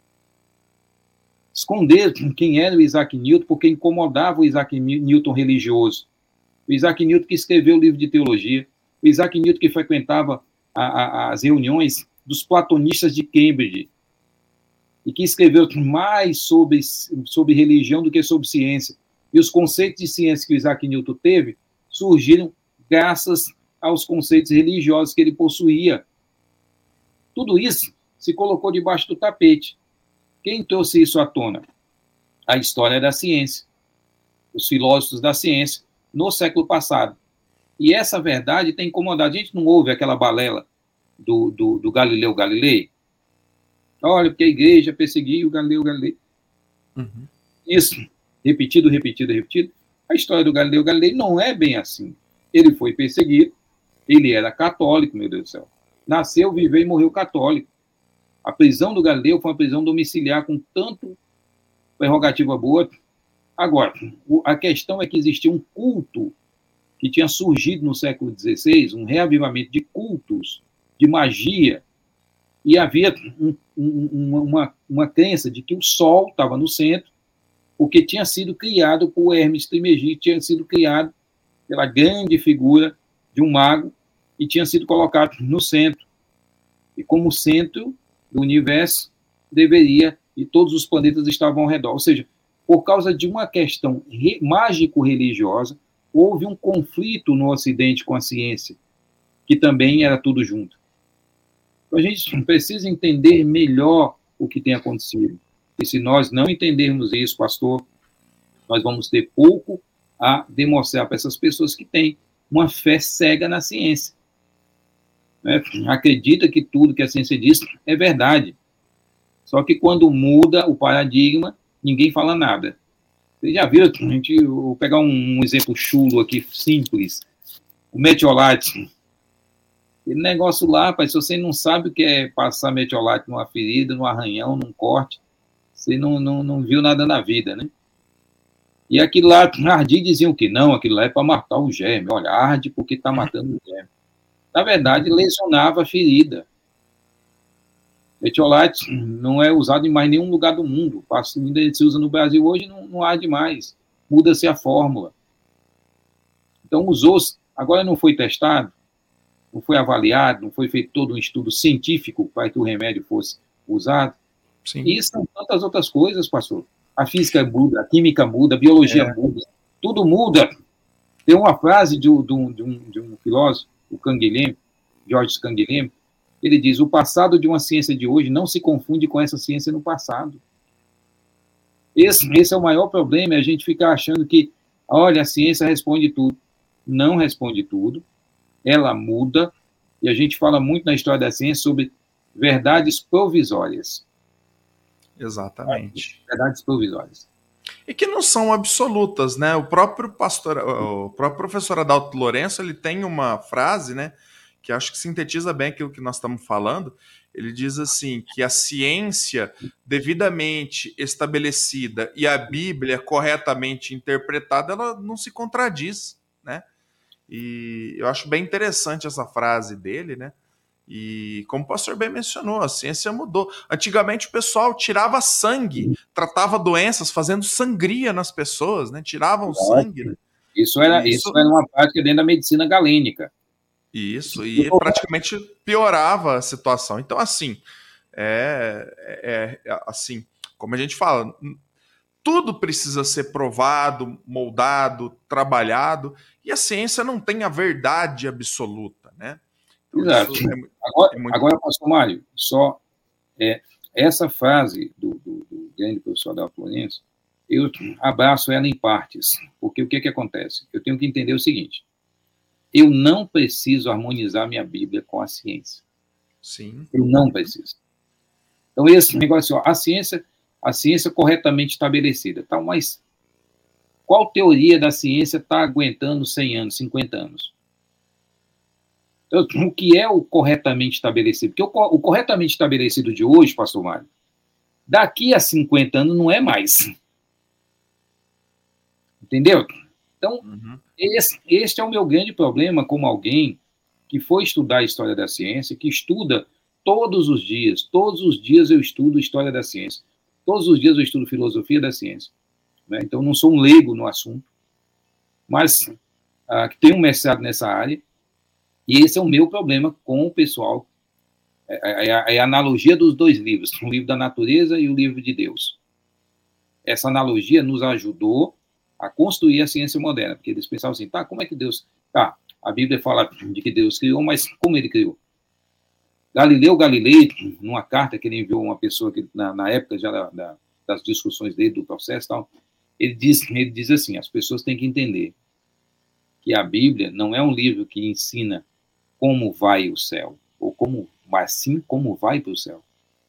Esconderam quem era o Isaac Newton, porque incomodava o Isaac Newton religioso. O Isaac Newton que escreveu o livro de teologia, o Isaac Newton que frequentava as reuniões dos platonistas de Cambridge, e que escreveu mais sobre religião do que sobre ciência. E os conceitos de ciência que o Isaac Newton teve surgiram graças aos conceitos religiosos que ele possuía. Tudo isso se colocou debaixo do tapete. Quem trouxe isso à tona? A história da ciência, os filósofos da ciência, no século passado. E essa verdade tem incomodado. A gente não ouve aquela balela do Galileu Galilei? Olha, porque a igreja perseguiu o Galileu Galilei. Uhum. Isso, repetido. A história do Galileu Galilei não é bem assim. Ele foi perseguido, ele era católico, meu Deus do céu. Nasceu, viveu e morreu católico. A prisão do Galileu foi uma prisão domiciliar com tanto prerrogativa boa. Agora, a questão é que existia um culto que tinha surgido no século XVI, um reavivamento de cultos, de magia, e havia uma crença de que o Sol estava no centro, porque tinha sido criado por Hermes Trismegisto, tinha sido criado pela grande figura de um mago, e tinha sido colocado no centro. E como centro do universo, deveria, e todos os planetas estavam ao redor. Ou seja, por causa de uma questão mágico-religiosa, houve um conflito no Ocidente com a ciência, que também era tudo junto. Então, a gente precisa entender melhor o que tem acontecido. E se nós não entendermos isso, pastor, nós vamos ter pouco a demonstrar para essas pessoas que têm uma fé cega na ciência. Acredita que tudo que a ciência diz é verdade. Só que quando muda o paradigma, ninguém fala nada. Vocês já viram? Vou pegar um exemplo chulo aqui, simples. O metiolate. Aquele negócio lá, rapaz, se você não sabe o que é passar metiolate numa ferida, num arranhão, num corte, você não viu nada na vida, né? E aquilo lá, ardia, diziam que não, aquilo lá é para matar o germe. Olha, arde porque está matando o germe. Na verdade, lesionava a ferida. Metiolate não é usado em mais nenhum lugar do mundo. Ainda se usa no Brasil hoje, não arde mais. Muda-se a fórmula. Então, usou-se. Agora não foi testado, não foi avaliado, não foi feito todo um estudo científico para que o remédio fosse usado. Sim. E são tantas outras coisas, pastor. A física muda, a química muda, a biologia muda, tudo muda. Tem uma frase de um filósofo o Canguilhem, Georges Canguilhem, ele diz: o passado de uma ciência de hoje não se confunde com essa ciência no passado. Esse é o maior problema, é a gente ficar achando que, olha, a ciência responde tudo. Não responde tudo, ela muda, e a gente fala muito na história da ciência sobre verdades provisórias. Exatamente. Verdades provisórias. E que não são absolutas, né? O próprio professor Adalto Lourenço, ele tem uma frase, né, que acho que sintetiza bem aquilo que nós estamos falando. Ele diz assim, que a ciência devidamente estabelecida e a Bíblia corretamente interpretada, ela não se contradiz, né? E eu acho bem interessante essa frase dele, né? E como o pastor bem mencionou, a ciência mudou. Antigamente o pessoal tirava sangue, tratava doenças fazendo sangria nas pessoas, né? Tiravam sangue, né? Isso era uma prática dentro da medicina galênica. Isso, e praticamente piorava a situação. Então, assim, assim, como a gente fala, tudo precisa ser provado, moldado, trabalhado, e a ciência não tem a verdade absoluta, né? Então, exato. Agora, pastor Mário, só essa frase do grande professor Adalto Lourenço, eu abraço ela em partes, porque o que acontece? Eu tenho que entender o seguinte: eu não preciso harmonizar minha Bíblia com a ciência. Sim. Eu não preciso. Então, esse negócio, ó, a ciência corretamente estabelecida. Tá, mas qual teoria da ciência está aguentando 100 anos, 50 anos? Então, o que é o corretamente estabelecido? Porque o corretamente estabelecido de hoje, pastor Mário, daqui a 50 anos não é mais. Entendeu? Então, este é o meu grande problema como alguém que foi estudar a história da ciência, que estuda todos os dias eu estudo história da ciência, todos os dias eu estudo filosofia da ciência, né? Então, não sou um leigo no assunto, mas que tenho um mestrado nessa área, e esse é o meu problema com o pessoal, é a analogia dos dois livros, o livro da natureza e o livro de Deus. Essa analogia nos ajudou a construir a ciência moderna, porque eles pensavam assim, tá, como é que Deus... Tá, a Bíblia fala de que Deus criou, mas como ele criou? Galileu Galilei, numa carta que ele enviou a uma pessoa que, na época já das discussões dele, do processo e tal, ele diz assim, as pessoas têm que entender que a Bíblia não é um livro que ensina como vai o céu, mas sim como vai para o céu.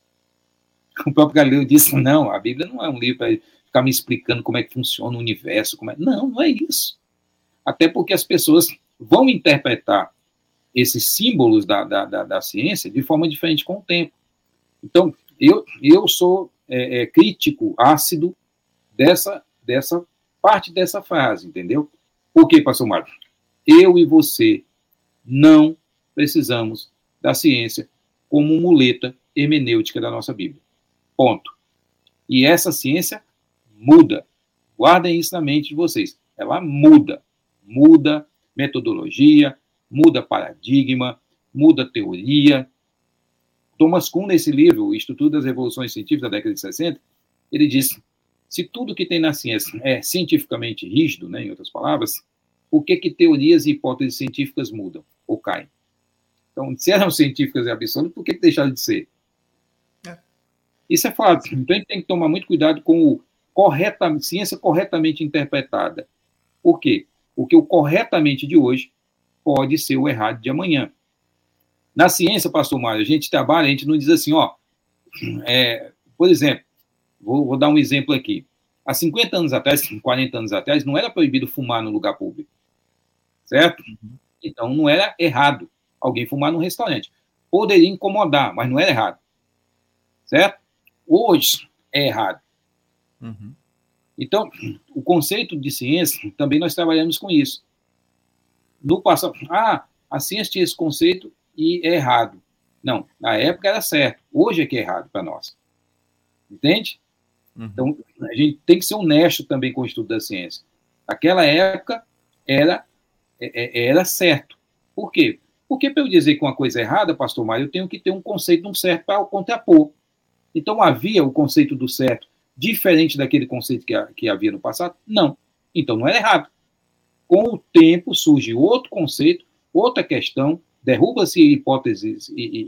O próprio Galileu disse, não, a Bíblia não é um livro para ficar me explicando como é que funciona o universo. Não é isso. Até porque as pessoas vão interpretar esses símbolos da ciência de forma diferente com o tempo. Então, eu sou crítico, ácido dessa parte dessa frase, entendeu? Por quê, pastor Marcos? Eu e você não precisamos da ciência como muleta hermenêutica da nossa Bíblia. Ponto. E essa ciência muda. Guardem isso na mente de vocês. Ela muda. Muda metodologia, muda paradigma, muda teoria. Thomas Kuhn, nesse livro, O Estudo das Revoluções Científicas da década de 60, ele diz, se tudo que tem na ciência é cientificamente rígido, né, em outras palavras, por que teorias e hipóteses científicas mudam ou caem? Então, se eram científicas e absolutas, por que deixaram de ser? Isso é fato. Então, a gente tem que tomar muito cuidado com ciência corretamente interpretada. Por quê? Porque o corretamente de hoje pode ser o errado de amanhã. Na ciência, pastor Mário, a gente trabalha, a gente não diz assim, ó, por exemplo, vou dar um exemplo aqui. Há 50 anos atrás, 40 anos atrás, não era proibido fumar no lugar público. Certo? Então, não era errado alguém fumar num restaurante. Poderia incomodar, mas não era errado. Certo? Hoje é errado. Então, o conceito de ciência, também nós trabalhamos com isso. No passado, a ciência tinha esse conceito e é errado. Não, na época era certo. Hoje é que é errado para nós. Entende? Então, a gente tem que ser honesto também com o estudo da ciência. Naquela época, era certo. Por quê? Porque para eu dizer que uma coisa é errada, pastor Mário, eu tenho que ter um conceito de um certo para contrapor. Então, havia o conceito do certo diferente daquele conceito que havia no passado? Não. Então, não era errado. Com o tempo, surge outro conceito outra questão, derruba-se hipóteses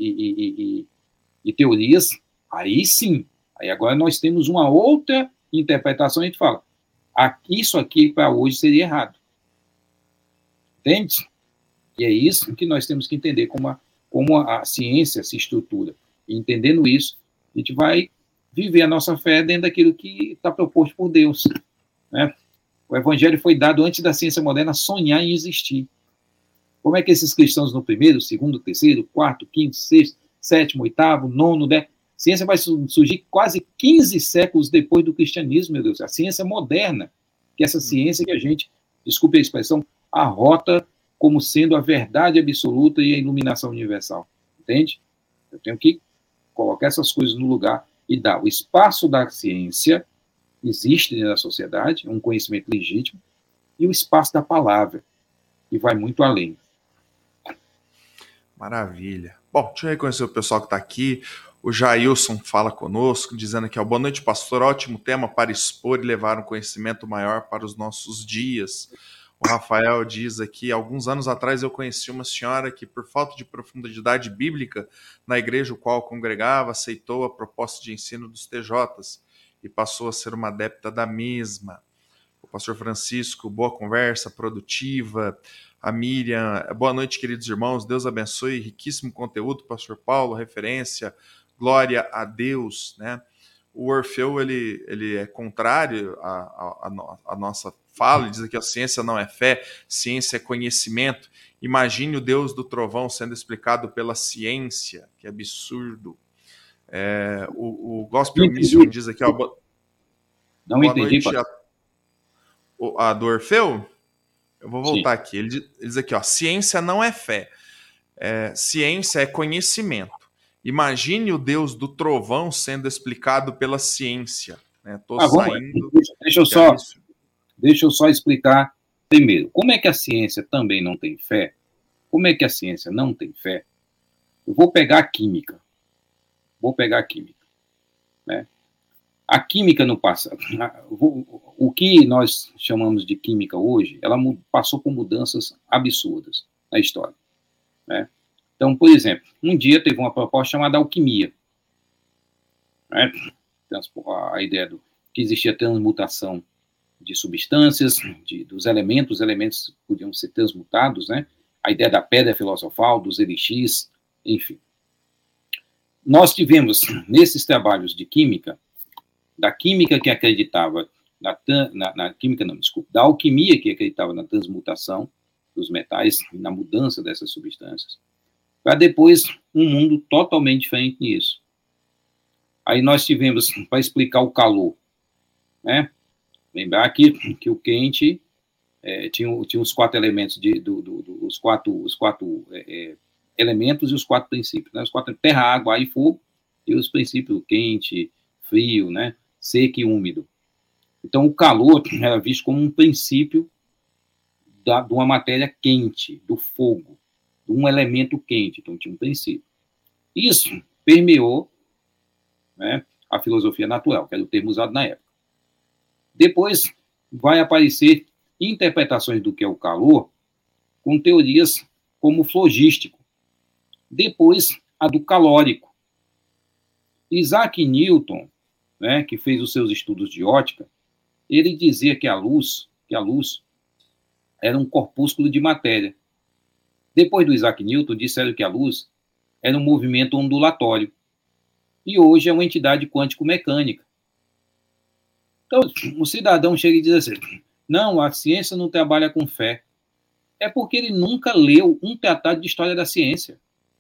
e teorias, aí sim, aí agora nós temos uma outra interpretação, a gente fala, isso aqui para hoje seria errado. Entende? E é isso que nós temos que entender, como a ciência se estrutura. E entendendo isso, a gente vai viver a nossa fé dentro daquilo que está proposto por Deus. Né? O evangelho foi dado antes da ciência moderna sonhar em existir. Como é que esses cristãos no primeiro, segundo, terceiro, quarto, quinto, sexto, sétimo, oitavo, nono, décimo, ciência vai surgir quase 15 séculos depois do cristianismo, meu Deus. A ciência moderna, que é essa ciência que a gente, desculpe a expressão, arrota como sendo a verdade absoluta e a iluminação universal. Entende? Eu tenho que colocar essas coisas no lugar e dar o espaço da ciência, existe na sociedade, um conhecimento legítimo, e o espaço da palavra, que vai muito além. Maravilha. Bom, deixa eu reconhecer o pessoal que está aqui. O Jailson fala conosco, dizendo aqui, boa noite, pastor, ótimo tema para expor e levar um conhecimento maior para os nossos dias. O Rafael diz aqui, alguns anos atrás eu conheci uma senhora que, por falta de profundidade bíblica na igreja o qual congregava, aceitou a proposta de ensino dos TJs e passou a ser uma adepta da mesma. O pastor Francisco, boa conversa, produtiva. A Miriam, boa noite, queridos irmãos, Deus abençoe, riquíssimo conteúdo, pastor Paulo, referência, glória a Deus, né? O Orfeu, ele é contrário à nossa fala, ele diz que a ciência não é fé, ciência é conhecimento. Imagine o Deus do trovão sendo explicado pela ciência, que absurdo. O Gospel Mission diz aqui, boa Entendi, noite a do Orfeu. Eu vou voltar aqui. Ele diz aqui, ciência não é fé, ciência é conhecimento. Imagine o Deus do trovão sendo explicado pela ciência. Estou saindo... Deixa eu só explicar primeiro. Como é que a ciência também não tem fé? Como é que a ciência não tem fé? Eu vou pegar a química. Né? A química no passado, o que nós chamamos de química hoje, ela passou por mudanças absurdas na história. Né? Então, por exemplo, um dia teve uma proposta chamada alquimia. Né? A ideia que existia transmutação de substâncias, dos elementos, os elementos podiam ser transmutados, né? A ideia da pedra filosofal, dos elixis, enfim. Nós tivemos, nesses trabalhos de química, da química que acreditava, da alquimia que acreditava na transmutação dos metais, na mudança dessas substâncias, para depois um mundo totalmente diferente nisso. Aí nós tivemos, para explicar o calor, né? Lembrar que o quente tinha os 4 elementos, os quatro elementos e os 4 princípios, né? Os 4, terra, água, ar e fogo, e os princípios quente, frio, né? Seco e úmido. Então, o calor era visto como um princípio de uma matéria quente, do fogo, de um elemento quente, então tinha um princípio. Isso permeou, né, a filosofia natural, que era o termo usado na época. Depois vai aparecer interpretações do que é o calor com teorias como o flogístico. Depois, a do calórico. Isaac Newton, né, que fez os seus estudos de ótica, ele dizia que a luz era um corpúsculo de matéria. Depois do Isaac Newton, disseram que a luz era um movimento ondulatório. E hoje é uma entidade quântico-mecânica. Então, o cidadão chega e diz assim, não, a ciência não trabalha com fé. É porque ele nunca leu um tratado de história da ciência.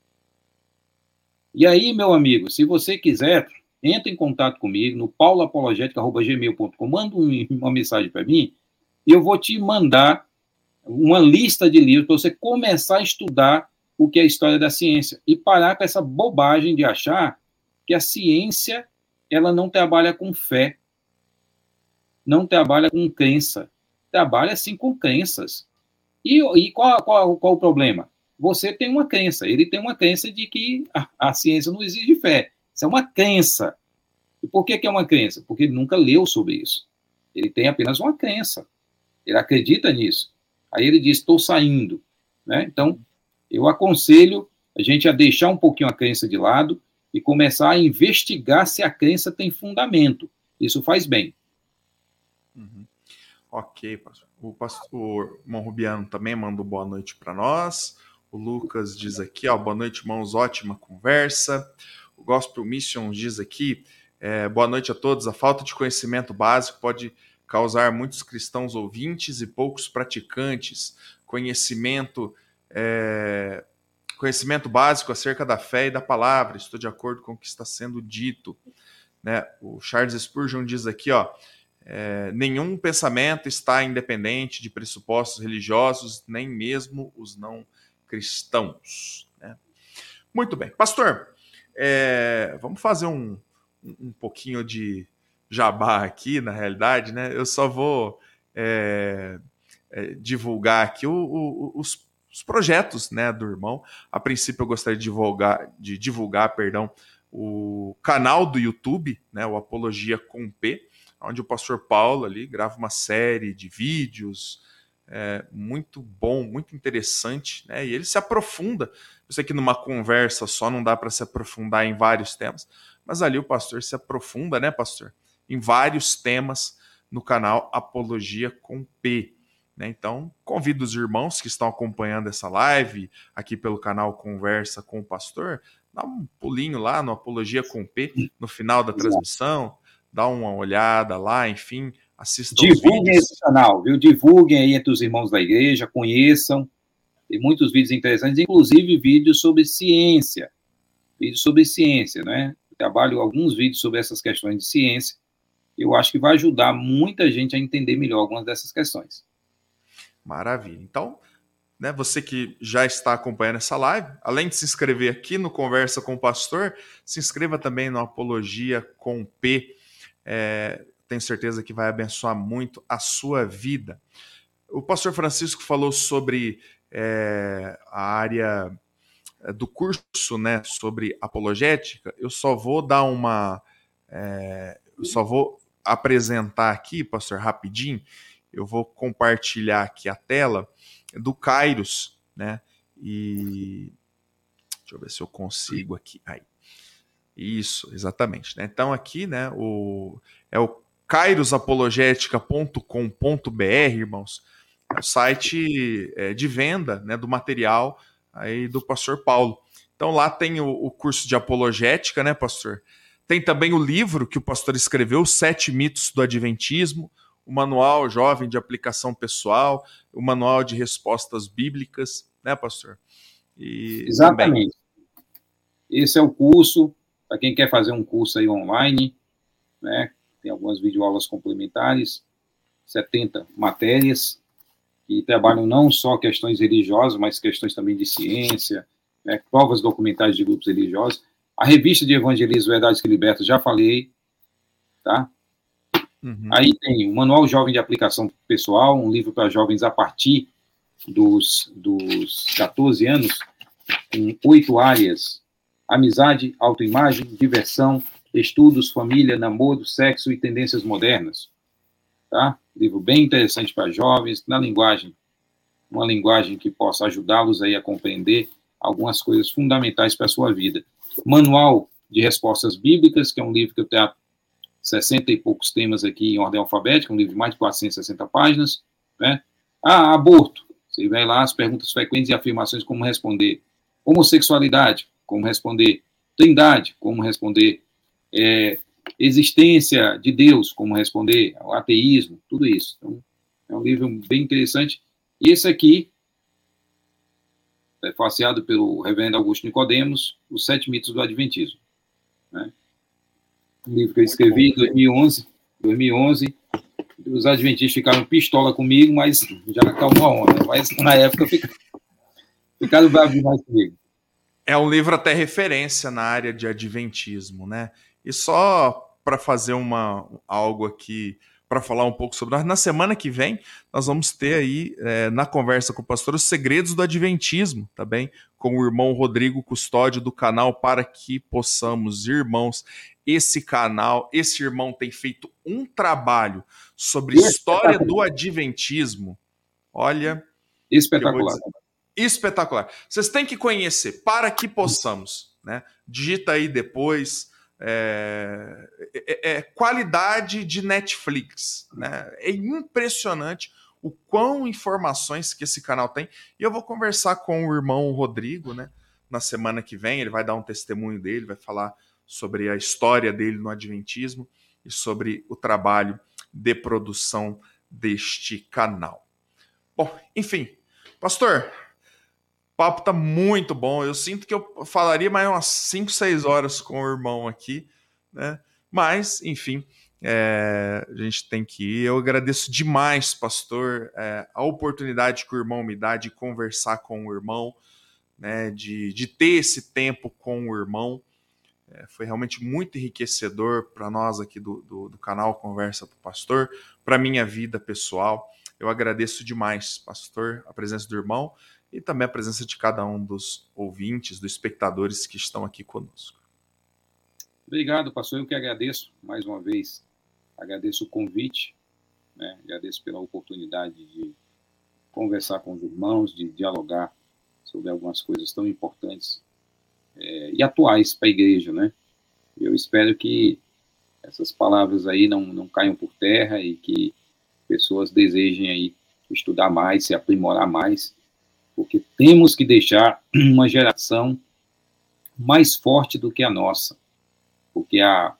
E aí, meu amigo, se você quiser, entre em contato comigo no pauloapologética@gmail.com, manda uma mensagem para mim e eu vou te mandar uma lista de livros para você começar a estudar o que é a história da ciência e parar com essa bobagem de achar que a ciência ela não trabalha com fé, não trabalha com crença, trabalha sim com crenças. E qual o problema? Você tem uma crença, ele tem uma crença de que a ciência não exige fé. Isso é uma crença. E por que é uma crença? Porque ele nunca leu sobre isso. Ele tem apenas uma crença. Ele acredita nisso. Aí ele diz, estou saindo. Né? Então, Eu aconselho a gente a deixar um pouquinho a crença de lado e começar a investigar se a crença tem fundamento. Isso faz bem. Uhum. Ok, pastor. O irmão Rubiano também mandou boa noite para nós. O Lucas diz aqui, ó, boa noite, irmãos, ótima conversa. O Gospel Mission diz aqui, boa noite a todos. A falta de conhecimento básico pode causar muitos cristãos ouvintes e poucos praticantes. Conhecimento básico acerca da fé e da palavra. Estou de acordo com o que está sendo dito. Né? O Charles Spurgeon diz aqui, ó, nenhum pensamento está independente de pressupostos religiosos, nem mesmo os não cristãos. Né? Muito bem. Pastor, vamos fazer um pouquinho de jabá aqui, na realidade, né? Eu só vou divulgar aqui os projetos, né, do irmão. A princípio, eu gostaria de divulgar, o canal do YouTube, né, o Apologia com P, onde o pastor Paulo ali grava uma série de vídeos muito bom, muito interessante, né? E ele se aprofunda. Eu sei que numa conversa só não dá para se aprofundar em vários temas, mas ali o pastor se aprofunda, né, pastor? Em vários temas no canal Apologia com P. Né? Então, convido os irmãos que estão acompanhando essa live aqui pelo canal Conversa com o Pastor, dá um pulinho lá no Apologia com P, no final da transmissão, dá uma olhada lá, enfim, assistam os vídeos. Divulguem esse canal, viu? Divulguem aí entre os irmãos da igreja, conheçam. Tem muitos vídeos interessantes, inclusive vídeos sobre ciência. Vídeos sobre ciência, né? Eu trabalho alguns vídeos sobre essas questões de ciência. Eu acho que vai ajudar muita gente a entender melhor algumas dessas questões. Maravilha. Então, né, você que já está acompanhando essa live, além de se inscrever aqui no Conversa com o Pastor, se inscreva também no Apologia com P. Tenho certeza que vai abençoar muito a sua vida. O pastor Francisco falou sobre a área do curso, né, sobre apologética. Eu só vou dar eu só vou apresentar aqui, pastor, rapidinho. Eu vou compartilhar aqui a tela do Kairos, né? E deixa eu ver se eu consigo aqui. Aí. Isso, exatamente. Né? Então aqui, né, o kairosapologetica.com.br, irmãos, é o site de venda, né, do material aí do pastor Paulo. Então lá tem o curso de apologética, né, pastor? Tem também o livro que o pastor escreveu, Os 7 Mitos do Adventismo, o Manual Jovem de Aplicação Pessoal, o Manual de Respostas Bíblicas, né, pastor? E exatamente. Também... Esse é o curso, para quem quer fazer um curso aí online, né? Tem algumas videoaulas complementares, 70 matérias, que trabalham não só questões religiosas, mas questões também de ciência, né? Provas documentais de grupos religiosos. A revista de evangelismo Verdades que Libertam, já falei, tá? Uhum. Aí tem o Manual Jovem de Aplicação Pessoal, um livro para jovens a partir dos 14 anos, em 8 áreas: amizade, autoimagem, diversão, estudos, família, namoro, sexo e tendências modernas. Tá? Livro bem interessante para jovens, uma linguagem que possa ajudá-los aí a compreender algumas coisas fundamentais para a sua vida. Manual de Respostas Bíblicas, que é um livro que eu tenho 60 e poucos temas aqui em ordem alfabética, um livro de mais de 460 páginas. Né? Aborto. Você vai lá, as perguntas frequentes e afirmações, como responder. Homossexualidade, como responder. Trindade, como responder. Existência de Deus, como responder. O ateísmo, tudo isso. Então, é um livro bem interessante. E esse aqui, faceado pelo reverendo Augusto Nicodemos, Os 7 Mitos do Adventismo. Né? Um livro que eu escrevi em 2011. Os adventistas ficaram pistola comigo, mas já acalmou a onda. Mas na época ficaram bravos demais comigo. É um livro até referência na área de adventismo, né? E só para fazer algo aqui, para falar um pouco sobre nós, na semana que vem nós vamos ter aí, na conversa com o pastor, os segredos do adventismo, tá bem? Com o irmão Rodrigo Custódio do canal Para Que Possamos, irmãos. Esse irmão tem feito um trabalho sobre história do adventismo. Olha, espetacular. Espetacular. Vocês têm que conhecer para que possamos, né? Digita aí depois. Qualidade de Netflix, né? É impressionante o quão informações que esse canal tem. E eu vou conversar com o irmão Rodrigo, né? Na semana que vem, ele vai dar um testemunho dele, vai falar sobre a história dele no Adventismo e sobre o trabalho de produção deste canal. Bom, enfim, pastor, o papo tá muito bom. Eu sinto que eu falaria mais umas 5, 6 horas com o irmão aqui, né? Mas, enfim, a gente tem que ir. Eu agradeço demais, pastor, a oportunidade que o irmão me dá de conversar com o irmão, né? De ter esse tempo com o irmão. Foi realmente muito enriquecedor para nós aqui do canal Conversa do Pastor, para minha vida pessoal. Eu agradeço demais, pastor, a presença do irmão e também a presença de cada um dos ouvintes, dos espectadores que estão aqui conosco. Obrigado, pastor. Eu que agradeço mais uma vez. Agradeço o convite, né? Agradeço pela oportunidade de conversar com os irmãos, de dialogar sobre algumas coisas tão importantes e atuais para a igreja, né? Eu espero que essas palavras aí não caiam por terra e que pessoas desejem aí estudar mais, se aprimorar mais, porque temos que deixar uma geração mais forte do que a nossa, porque as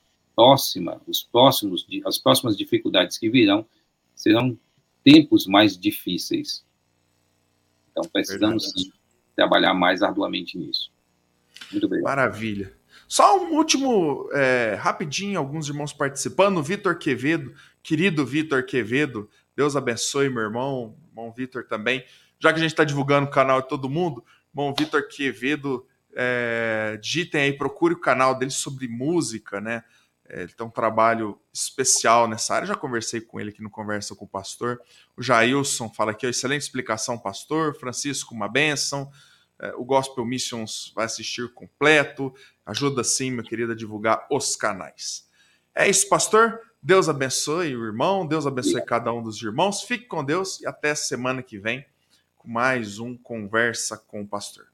próximas dificuldades que virão serão tempos mais difíceis. Então precisamos sim, trabalhar mais arduamente nisso. Muito obrigado. Maravilha. Só um último, rapidinho, alguns irmãos participando. Vitor Quevedo, querido Vitor Quevedo, Deus abençoe meu irmão Vitor também. Já que a gente está divulgando o canal de todo mundo, irmão Vitor Quevedo, digitem aí, procure o canal dele sobre música, né? Ele tem um trabalho especial nessa área. Já conversei com ele aqui no Conversa com o Pastor. O Jailson fala aqui, excelente explicação, pastor. Francisco, uma bênção. O Gospel Missions vai assistir completo. Ajuda sim, meu querido, a divulgar os canais. É isso, pastor. Deus abençoe o irmão. Deus abençoe cada um dos irmãos. Fique com Deus e até semana que vem com mais um Conversa com o Pastor.